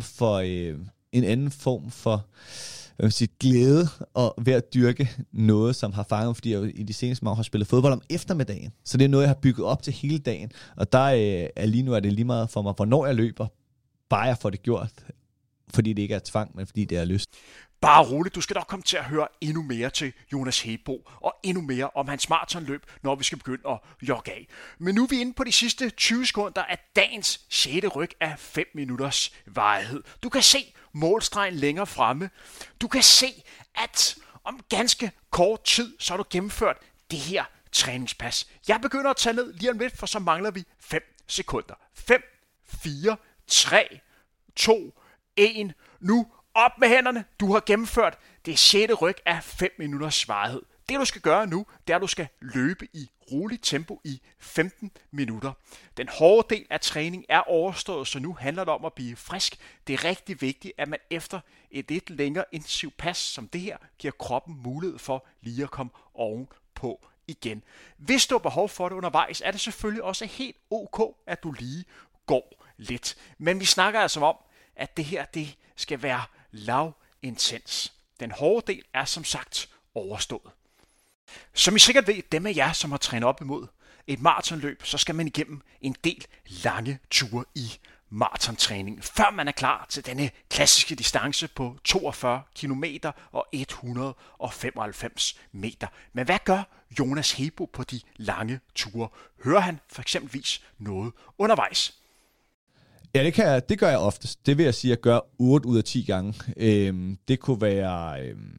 Speaker 3: for glæde og ved at dyrke noget, som har fanget, fordi jeg i de seneste år har spillet fodbold om eftermiddagen. Så det er noget, jeg har bygget op til hele dagen. Og der er lige nu er det lige meget for mig, hvornår jeg løber, bare jeg får det gjort, fordi det ikke er tvang, men fordi det er lyst.
Speaker 1: Bare roligt, du skal nok komme til at høre endnu mere til Jonas Hebo, og endnu mere om hans maratonløb, når vi skal begynde at jogge af. Men nu er vi inde på de sidste 20 sekunder af dagens 6. ryg af 5 minutters varighed. Du kan se målstregen længere fremme. Du kan se, at om ganske kort tid, så har du gennemført det her træningspas. Jeg begynder at tage ned lige om lidt, for så mangler vi 5 sekunder. 5, 4, 3, 2, 1. Nu op med hænderne. Du har gennemført det 6. ryg af 5 minutters varighed. Det du skal gøre nu, det er, at du skal løbe i roligt tempo i 15 minutter. Den hårde del af træning er overstået, så nu handler det om at blive frisk. Det er rigtig vigtigt, at man efter et lidt længere intensivt pas som det her, giver kroppen mulighed for lige at komme ovenpå igen. Hvis du har behov for det undervejs, er det selvfølgelig også helt ok, at du lige går lidt. Men vi snakker altså om, at det her det skal være lavintens. Den hårde del er som sagt overstået. Som I sikkert ved, dem af jer, som har trænet op imod et maratonløb, så skal man igennem en del lange ture i maratontræning, før man er klar til denne klassiske distance på 42 km og 195 meter. Men hvad gør Jonas Hebo på de lange ture? Hører han for eksempelvis noget undervejs?
Speaker 3: Ja, det gør jeg oftest. Det vil jeg sige, at jeg gør 8 ud af 10 gange. Det kunne være...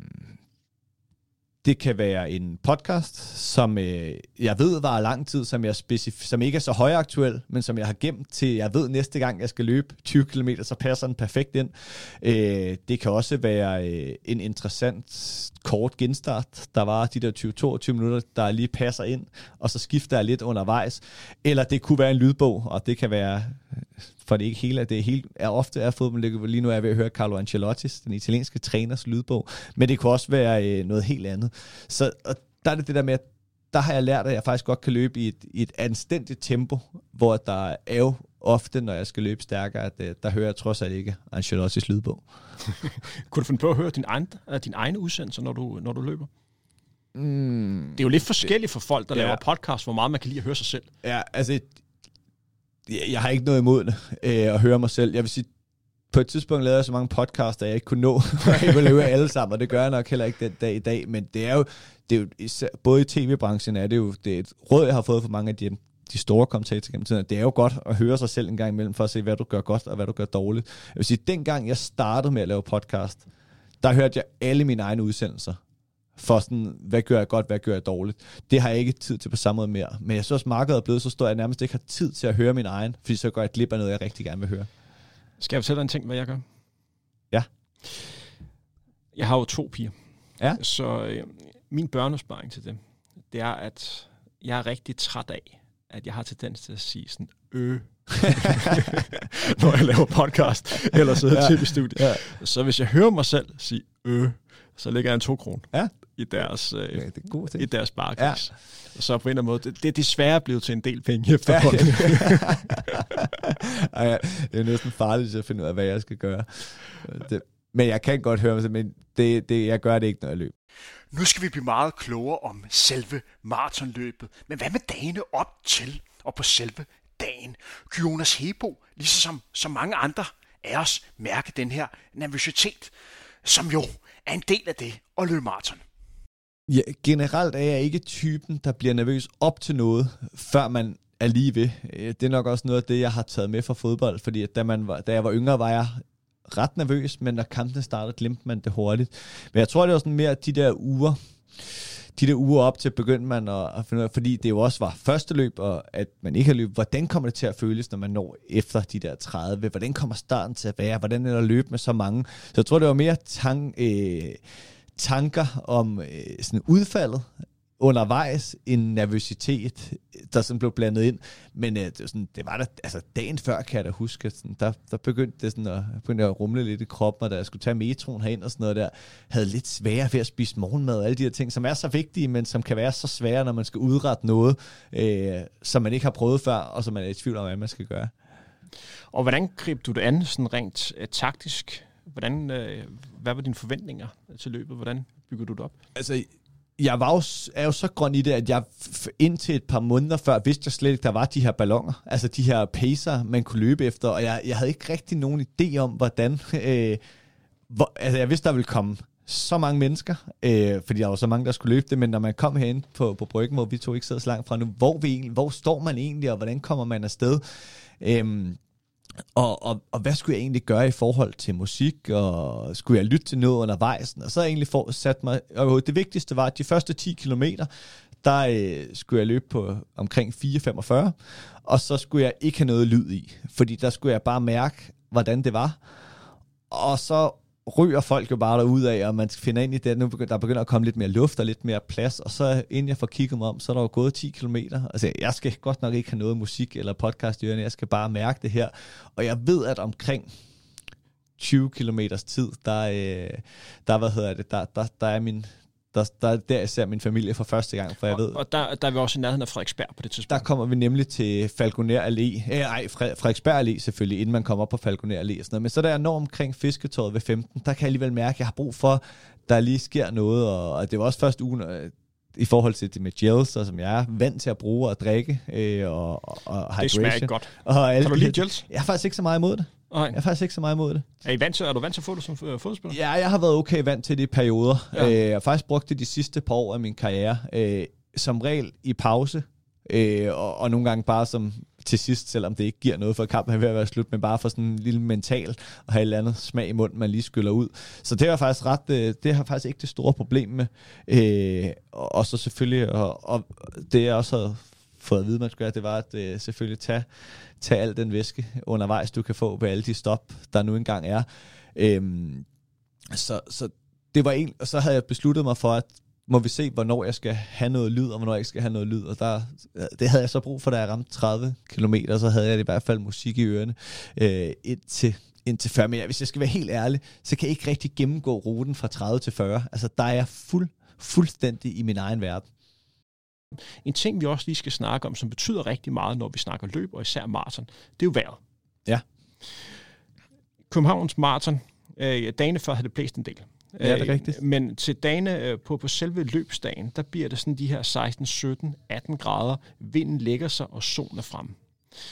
Speaker 3: Det kan være en podcast, som jeg ved var lang tid, som ikke er så højaktuel, men som jeg har gemt til, jeg ved næste gang, jeg skal løbe 20 km, så passer den perfekt ind. Det kan også være en interessant kort genstart, der var de der 20-22 minutter, der lige passer ind, og så skifter jeg lidt undervejs. Eller det kunne være en lydbog, og det kan være... For det ikke hele, det helt er ofte er fodbold. Lige nu er jeg ved at høre Carlo Ancelottis, den italienske træners lydbog, men det kunne også være noget helt andet. Så der er det der med, at der har jeg lært, at jeg faktisk godt kan løbe i et anstændigt tempo, hvor der er jo ofte, når jeg skal løbe stærkere, at der hører jeg trods alt ikke Ancelottis lydbog.
Speaker 2: Kunne du finde på at høre din egne udsendelser, når du løber? Det er jo lidt forskelligt for folk, der laver podcast, hvor meget man kan lide at høre sig selv.
Speaker 3: Ja, altså... Jeg har ikke noget imod det, at høre mig selv. Jeg vil sige, på et tidspunkt lavede jeg så mange podcasts, at jeg ikke kunne nå at evaluere alle sammen, og det gør jeg nok heller ikke den dag i dag, men det er jo især, både i tv-branchen det er et råd, jeg har fået fra mange af de store kommentatorer gennem tiden. Det er jo godt at høre sig selv en gang imellem, for at se, hvad du gør godt, og hvad du gør dårligt. Jeg vil sige, dengang jeg startede med at lave podcast, der hørte jeg alle mine egne udsendelser, for sådan, hvad gør jeg godt, hvad gør jeg dårligt. Det har jeg ikke tid til på samme måde mere. Men jeg synes også, markedet er blevet så stort, at jeg nærmest ikke har tid til at høre min egen, fordi så går jeg glip af noget, jeg rigtig gerne vil høre.
Speaker 2: Skal jeg fortælle dig en ting, hvad jeg gør?
Speaker 3: Ja.
Speaker 2: Jeg har jo 2 piger.
Speaker 3: Ja.
Speaker 2: Så min børneopsparing til dem, det er, at jeg er rigtig træt af, at jeg har tendens til at sige sådan, når jeg laver podcast, eller sidder til i studiet. Ja. Så hvis jeg hører mig selv sige så lægger jeg en 2 kroner i deres, i deres sparekasse. Ja. Så på en eller anden måde, det er desværre blevet til en del penge efterhånden.
Speaker 3: Det er næsten farligt at finde ud af, hvad jeg skal gøre. Men jeg kan godt høre, men jeg gør det ikke, når jeg løber.
Speaker 1: Nu skal vi blive meget klogere om selve maratonløbet. Men hvad med dagene op til og på selve dagen? Jonas Hebo, ligesom så mange andre af os, mærker den her nervøsitet, som jo er en del af det at løbe maraton.
Speaker 3: Ja, generelt er jeg ikke typen, der bliver nervøs op til noget, før man er lige ved. Det er nok også noget af det, jeg har taget med fra fodbold, fordi at da jeg var yngre, var jeg ret nervøs, men når kampene startede, glemte man det hurtigt. Men jeg tror, det var sådan mere de der uger op til begyndte man at finde ud af, fordi det jo også var første løb, og at man ikke har løbet. Hvordan kommer det til at føles, når man når efter de der 30? Hvordan kommer starten til at være? Hvordan er der løb med så mange? Så jeg tror, det var mere tanker om sådan udfaldet undervejs, en nervøsitet, der sådan blev blandet ind. Men det var der, altså dagen før, kan jeg da huske, sådan, der begyndte det sådan at rumle lidt i kroppen, og da jeg skulle tage metroen herind og sådan noget der, havde lidt sværere ved at spise morgenmad og alle de her ting, som er så vigtige, men som kan være så svære, når man skal udrette noget, som man ikke har prøvet før, og som man er i tvivl om, hvad man skal gøre.
Speaker 2: Og hvordan greb du det an, sådan rent taktisk? Hvad var dine forventninger til løbet? Hvordan bygger du det op?
Speaker 3: Altså, jeg er jo så grøn i det, at jeg indtil et par måneder før vidste jeg slet ikke, der var de her balloner, altså de her pacer, man kunne løbe efter, og jeg havde ikke rigtig nogen idé om, hvordan. Altså jeg vidste, der ville komme så mange mennesker, fordi der var så mange, der skulle løbe det, men når man kom herinde på Bryggen, hvor vi to ikke sidder så langt fra nu, hvor står man egentlig, og hvordan kommer man afsted? Og hvad skulle jeg egentlig gøre i forhold til musik, og skulle jeg lytte til noget undervejs? Og så har jeg egentlig sat mig, og det vigtigste var, at de første 10 kilometer, der skulle jeg løbe på omkring 4,45, og så skulle jeg ikke have noget lyd i, fordi der skulle jeg bare mærke, hvordan det var. Og så ryger folk jo bare derudad, og man finder ind i det, nu der begynder at komme lidt mere luft og lidt mere plads, og så inden jeg får kigget mig om, så er der jo gået 10 kilometer. Altså, jeg skal godt nok ikke have noget musik eller podcast i ørene, jeg skal bare mærke det her. Og jeg ved, at omkring 20 kilometers tid, der jeg ser min familie for første gang, for jeg ved.
Speaker 2: Og der er vi også i nærheden af Frederiksberg på det tidspunkt.
Speaker 3: Der kommer vi nemlig til Falconer Allé. Frederiksberg Allé selvfølgelig, inden man kommer op på Falconer Allé og sådan noget. Men så da jeg når omkring Fisketorvet ved 15, der kan jeg alligevel mærke, at jeg har brug for, der lige sker noget. Og det var også først ugen i forhold til det med gels, og som jeg er vant til at bruge og drikke og hydration.
Speaker 2: Det smager ikke godt.
Speaker 3: Kan
Speaker 2: du lide gels?
Speaker 3: Jeg har faktisk ikke så meget imod det.
Speaker 2: Okay.
Speaker 3: Jeg er faktisk ikke så meget imod det.
Speaker 2: Er du vant til at få det som fodspiller?
Speaker 3: Ja, jeg har været okay vant til det i perioder. Ja. Jeg har faktisk brugt det de sidste par år af min karriere. Som regel i pause, og nogle gange bare som til sidst, selvom det ikke giver noget for kampen er ved at være slut, men bare for sådan en lille mental og have et eller andet smag i munden, man lige skyller ud. Så det er faktisk det har faktisk ikke det store problem med. Og så selvfølgelig, og det jeg også havde fået at vide, man skulle gøre, det var at selvfølgelig tage al den væske undervejs, du kan få ved alle de stop, der nu engang er. Så det var og så havde jeg besluttet mig for, at må vi se, hvornår jeg skal have noget lyd, og hvornår jeg ikke skal have noget lyd. Og det havde jeg så brug for, da jeg ramte 30 kilometer, så havde jeg i hvert fald musik i ørerne indtil 40. Men hvis jeg skal være helt ærlig, så kan jeg ikke rigtig gennemgå ruten fra 30 til 40. Altså, der er jeg fuldstændig i min egen verden.
Speaker 2: En ting, vi også lige skal snakke om, som betyder rigtig meget, når vi snakker løb, og især maraton, det er jo vejret.
Speaker 3: Ja.
Speaker 2: Københavns maraton, dagene før havde det blæst en del.
Speaker 3: Ja, det er rigtigt.
Speaker 2: Men til dagene på selve løbsdagen, der bliver det sådan de her 16, 17, 18 grader. Vinden lægger sig, og solen er fremme.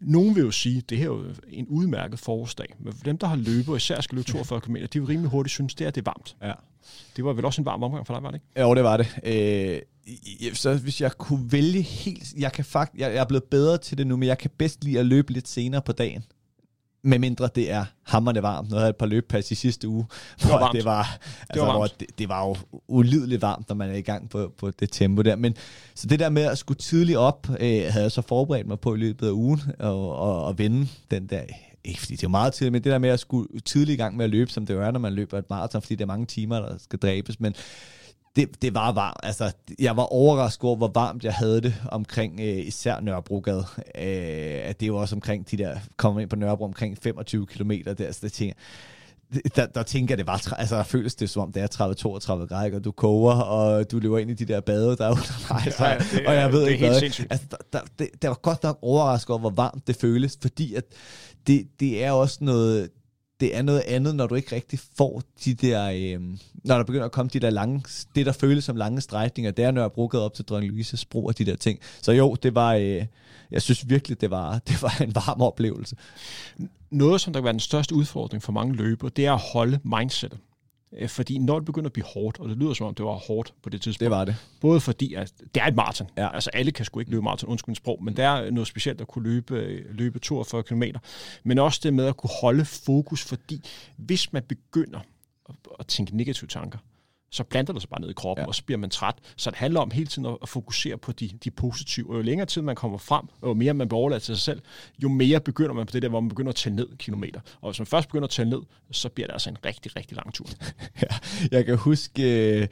Speaker 2: Nogen vil jo sige, at det her er jo en udmærket forårsdag, men for dem, der har løbet, og især skal løbe 42 km, de vil rimelig hurtigt synes, det er varmt.
Speaker 3: Ja.
Speaker 2: Det var vel også en varm omgang for dig, var det ikke?
Speaker 3: Jo, det var det. Så hvis jeg kunne vælge helt... Jeg er blevet bedre til det nu, men jeg kan bedst lide at løbe lidt senere på dagen. Medmindre det er hamrende varmt. Nu havde jeg et par løbpas i sidste uge.
Speaker 2: Det var varmt.
Speaker 3: Det var jo ulideligt varmt, når man er i gang på det tempo der. Men så det der med at skulle tidligt op, havde jeg så forberedt mig på i løbet af ugen og vende den der... Ikke fordi det er meget tidligt, men det der med at skulle tidligt i gang med at løbe, som det er, når man løber et maraton, fordi det er mange timer, der skal dræbes. Men det var varmt. Altså, jeg var overrasket over, hvor varmt jeg havde det omkring især Nørrebrogade. At det er jo også omkring de der, kommer ind på Nørrebro omkring 25 kilometer der, så det tænker der tænker jeg, det var, altså der føles det som om, det er 30-32 grader, og du koger, og du løber ind i de der bade, der er undervejs, og jeg ved ikke hvad. Altså, det var godt nok overrasket over, hvor varmt det føles, fordi at det er også noget... Det er noget andet, når du ikke rigtig får de der... når der begynder at komme de der lange... Det, der føles som lange strækninger, det er Nørrebrogade op til Dronning Louises Bro og de der ting. Så jo, det var... jeg synes virkelig, det var en varm oplevelse.
Speaker 2: Noget, som der kan være den største udfordring for mange løbere, det er at holde mindsetet. Fordi når det begynder at blive hårdt, og det lyder som om, det var hårdt på det tidspunkt.
Speaker 3: Det var det.
Speaker 2: Både fordi, at det er et maraton.
Speaker 3: Ja.
Speaker 2: Altså alle kan sgu ikke løbe maraton, undskyld sprog, men det er noget specielt at kunne løbe 42 km. Men også det med at kunne holde fokus, fordi hvis man begynder at tænke negative tanker, så planter det sig bare ned i kroppen, og så bliver man træt. Så det handler om hele tiden at fokusere på de positive. Og jo længere tid man kommer frem, og jo mere man bliver overladt til sig selv, jo mere begynder man på det der, hvor man begynder at tælle ned kilometer. Og hvis man først begynder at tælle ned, så bliver det altså en rigtig, rigtig lang tur.
Speaker 3: Ja, jeg kan huske,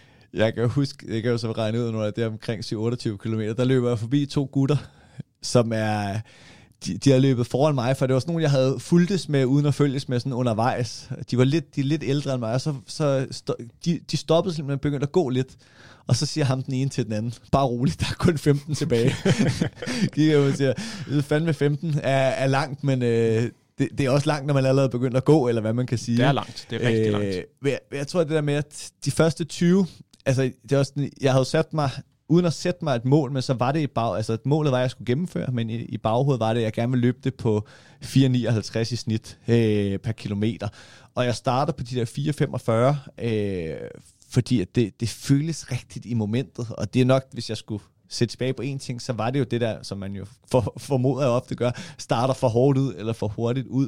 Speaker 3: jeg kan jo så regne ud, når det er omkring 27 kilometer, der løber jeg forbi 2 gutter, som er... De har løbet foran mig, for det var sådan nogle, jeg havde fulgtes med, uden at følges med sådan undervejs. De er lidt ældre end mig, og de stoppede simpelthen og begyndte at gå lidt. Og så siger ham den ene til den anden, bare roligt, der er kun 15 tilbage. Kigger jeg og siger, fandme 15 er langt, men det er også langt, når man allerede begynder at gå, eller hvad man kan sige.
Speaker 2: Det er langt, det er rigtig langt.
Speaker 3: Jeg tror, det der med, at de første 20, altså det er også, jeg havde sat mig... Uden at sætte mig et mål, men så var det målet var, at jeg skulle gennemføre, men i baghovedet var det, at jeg gerne ville løbe det på 4,59 i snit per kilometer. Og jeg starter på de der 4,45, fordi at det føles rigtigt i momentet, og det er nok, hvis jeg skulle sætte tilbage på en ting, så var det jo det der, som man jo formoder jeg ofte gør, starter for hårdt ud, eller for hurtigt ud.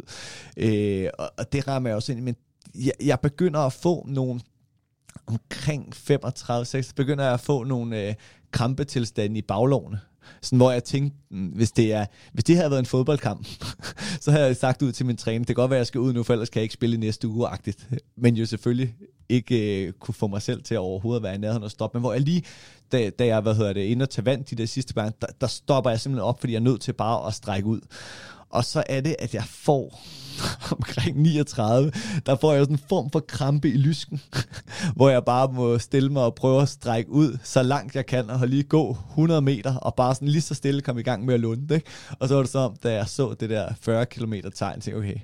Speaker 3: Og det rammer jeg også ind i, men jeg begynder at få nogle omkring 35-6, begynder jeg at få nogle krampetilstande i baglårene. Sådan, hvor jeg tænkte, hvis det havde været en fodboldkamp, så havde jeg sagt ud til min træner, det kan godt være, at jeg skal ud nu, for ellers kan jeg ikke spille næste uge-agtigt. Men jo selvfølgelig ikke kunne få mig selv til at overhovedet være i nærheden og stoppe. Men hvor jeg lige, da jeg inde og tage vand de der sidste gange, der stopper jeg simpelthen op, fordi jeg er nødt til bare at strække ud. Og så er det, at jeg får omkring 39, der får jeg sådan en form for krampe i lysken, hvor jeg bare må stille mig og prøve at strække ud, så langt jeg kan, og lige gå 100 meter, og bare sådan lige så stille komme i gang med at lunde, ikke? Og så var det så, da jeg så det der 40 kilometer tegn, tænkte okay,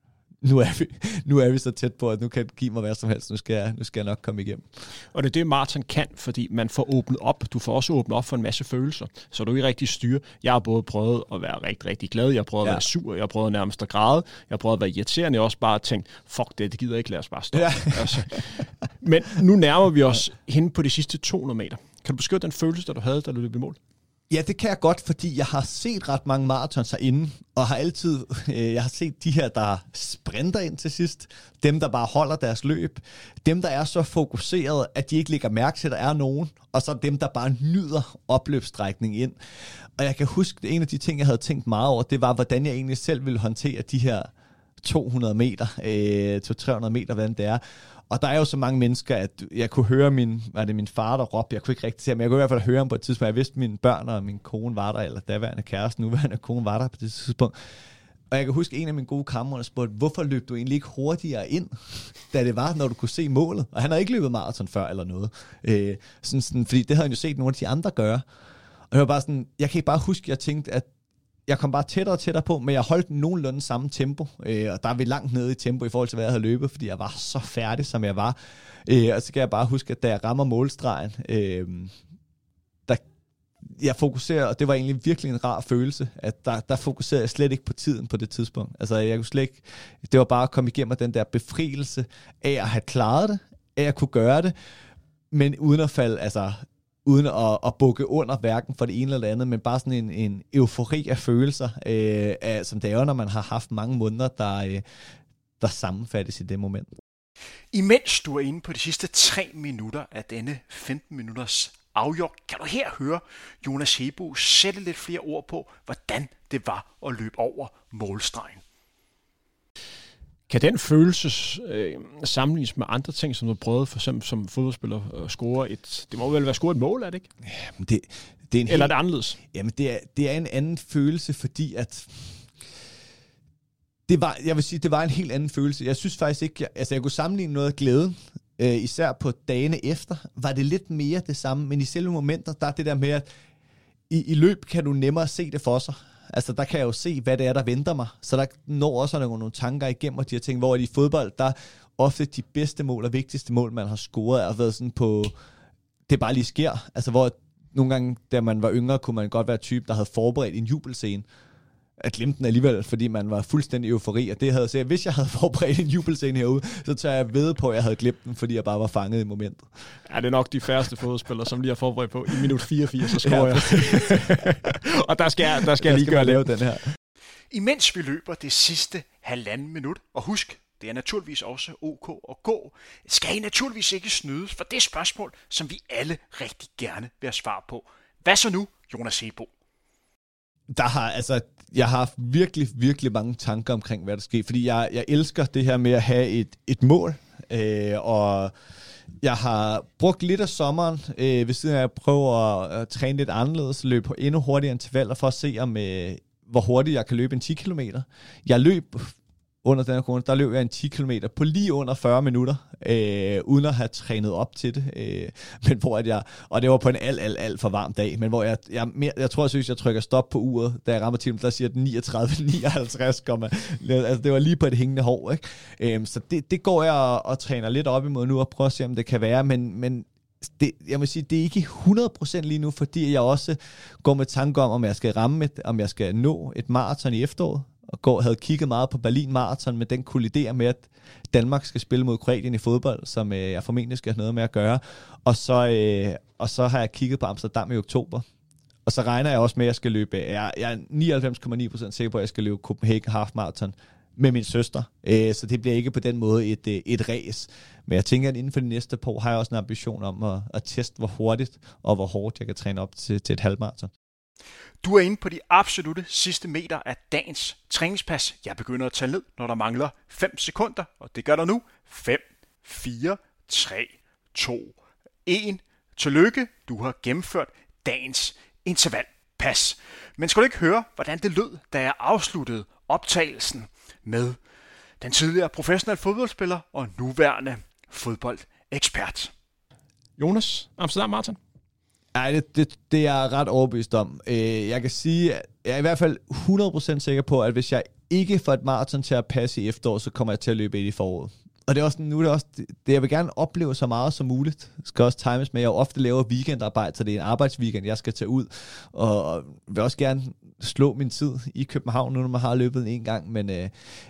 Speaker 3: nu er vi så tæt på, at nu kan det give mig hvad som helst. Nu skal jeg nok komme igennem.
Speaker 2: Og det er det, maraton kan, fordi man får åbnet op. Du får også åbnet op for en masse følelser, så du ikke rigtig styrer. Jeg har både prøvet at være rigtig, rigtig glad. Jeg har prøvet at være sur. Jeg har prøvet nærmest at græde. Jeg har prøvet at være irriterende. Jeg har også bare tænkt, fuck det gider jeg ikke, lad os bare stoppe. Ja. Altså. Men nu nærmer vi os hen på de sidste 200 meter. Kan du beskrive den følelse, der du havde, da du løb i mål?
Speaker 3: Ja, det kan jeg godt, fordi jeg har set ret mange maratons herinde, og har altid, jeg har set de her, der sprinter ind til sidst, dem, der bare holder deres løb, dem, der er så fokuseret, at de ikke lægger mærke til, at der er nogen, og så dem, der bare nyder opløbsstrækning ind. Og jeg kan huske, en af de ting, jeg havde tænkt meget over, det var, hvordan jeg egentlig selv ville håndtere de her 200 meter, 200-300 meter, hvordan det er. Og der er jo så mange mennesker, at jeg kunne høre min far, der råbte. Jeg kunne ikke rigtig se, men jeg kunne i hvert fald høre ham på et tidspunkt. Jeg vidste, at mine børn og min kone var der, eller daværende kæreste, nuværende kone var der på det tidspunkt. Og jeg kan huske, en af mine gode kammerater spurgte, hvorfor løb du egentlig ikke hurtigere ind, da det var, når du kunne se målet? Og han har ikke løbet maraton før eller noget. Fordi det havde han jo set nogle af de andre gøre. Og jeg var bare sådan, jeg kan ikke bare huske, at jeg tænkte, at jeg kom bare tættere og tættere på, men jeg holdt nogenlunde samme tempo, og der er vi langt nede i tempo i forhold til, hvad jeg havde løbet, fordi jeg var så færdig, som jeg var. Og så kan jeg bare huske, at da jeg rammer målstregen, der jeg fokuserer, og det var egentlig virkelig en rar følelse, at der fokuserede jeg slet ikke på tiden på det tidspunkt. Altså, jeg kunne slet ikke, det var bare at komme igennem den der befrielse af at have klaret det, af at kunne gøre det, men uden at falde, altså uden at bukke under hverken for det ene eller det andet, men bare sådan en eufori af følelser, som det er, når man har haft mange måneder, der sammenfattes i det moment.
Speaker 1: Imens du er inde på de sidste 3 minutter af denne 15 minutters afgjort, kan du her høre Jonas Hebo sætte lidt flere ord på, hvordan det var at løbe over målstregen.
Speaker 2: Kan den følelse sammenlignes med andre ting, som du prøvede for eksempel som fodboldspiller at score et... Det må vel være scoret et mål, er det ikke?
Speaker 3: Jamen det er en
Speaker 2: eller er det anderledes?
Speaker 3: Jamen det er en anden følelse, fordi at... Jeg vil sige, det var en helt anden følelse. Jeg synes faktisk ikke... Jeg kunne sammenligne noget af glæden, især på dagene efter, var det lidt mere det samme, men i selve momenter, der er det der med, at i løb kan du nemmere se det for sig. Altså, der kan jeg jo se, hvad det er, der venter mig. Så der når også nogle tanker igennem, og de her ting, hvor i fodbold, der ofte de bedste mål og vigtigste mål, man har scoret, har været sådan på, det bare lige sker. Altså, hvor nogle gange, da man var yngre, kunne man godt være type, der havde forberedt en jubelscene. Jeg glemte den alligevel, fordi man var fuldstændig eufori, og det havde sagt, hvis jeg havde forberedt en jubelscene herude, så tager jeg ved på, at jeg havde glemt den, fordi jeg bare var fanget i momentet.
Speaker 2: Ja, det er nok de færreste fodboldspillere, som lige har forberedt på. I minut 84, så scorer jeg. Og der skal jeg lige gøre
Speaker 3: lave den her.
Speaker 1: Imens vi løber det sidste 1,5 minut, og husk, det er naturligvis også OK at gå, skal I naturligvis ikke snydes for det spørgsmål, som vi alle rigtig gerne vil have svar på. Hvad så nu, Jonas Hebo?
Speaker 3: Jeg har haft virkelig, virkelig mange tanker omkring, hvad der sker, fordi jeg elsker det her med at have et mål, og jeg har brugt lidt af sommeren, ved siden af at prøve at træne lidt anderledes, løbe på endnu hurtigere intervaller, for at se, hvor hurtigt jeg kan løbe en 10 km. Jeg løb under den her corona, der løb jeg en 10 km på lige under 40 minutter, uden at have trænet op til det. Men hvor og det var på en alt for varm dag, men hvor jeg tror seriøst, jeg trykker stop på uret, da jeg rammer timen, der siger den 39,59, altså det var lige på et hængende hår, ikke? Så det går jeg og træner lidt op imod nu, og prøver at se, om det kan være, men jeg må sige, det er ikke 100% lige nu, fordi jeg også går med tanke om jeg skal ramme om jeg skal nå et maraton i efteråret, og havde kigget meget på Berlin Marathon, men den kolliderer med, at Danmark skal spille mod Kroatien i fodbold, som jeg formentlig skal have noget med at gøre. Og så har jeg kigget på Amsterdam i oktober. Og så regner jeg også med, at jeg skal løbe. Jeg er 99,9% sikker på, at jeg skal løbe Copenhagen Half Marathon med min søster. Så det bliver ikke på den måde et race. Men jeg tænker, at inden for de næste par år har jeg også en ambition om at teste, hvor hurtigt og hvor hårdt jeg kan træne op til et halvmarathon.
Speaker 1: Du er inde på de absolutte sidste meter af dagens træningspas. Jeg begynder at tælle ned, når der mangler 5 sekunder, og det gør der nu. 5, 4, 3, 2, 1. Tillykke, du har gennemført dagens intervalpas. Men skal du ikke høre, hvordan det lød, da jeg afsluttede optagelsen med den tidligere professionelle fodboldspiller og nuværende fodboldekspert?
Speaker 2: Jonas, Amsterdam Marathon.
Speaker 3: Nej, det er jeg ret overbevist om. Jeg kan sige, at jeg er i hvert fald 100% sikker på, at hvis jeg ikke får et maraton til at passe i efterår, så kommer jeg til at løbe i foråret. Og det er også, nu er det også det, jeg vil gerne opleve så meget som muligt. Det skal også times med, at jeg ofte laver weekendarbejde, så det er en arbejdsweekend, jeg skal tage ud. Og vil også gerne slå min tid i København, nu når man har løbet en gang. Men jeg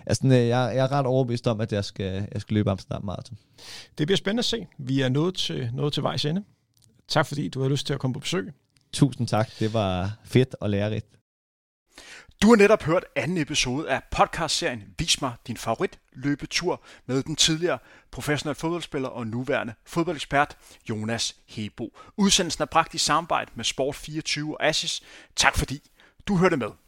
Speaker 3: er ret overbevist om, at jeg skal løbe Amsterdam Marathon.
Speaker 2: Det bliver spændende at se. Vi er nået til vejs ende. Tak fordi du har lyst til at komme på besøg.
Speaker 3: Tusind tak. Det var fedt og lærerigt.
Speaker 1: Du har netop hørt anden episode af podcastserien Vis mig din favorit løbetur med den tidligere professionelle fodboldspiller og nuværende fodboldekspert Jonas Hebo. Udsendelsen er bragt i samarbejde med Sport24 og Assis. Tak fordi du hørte med.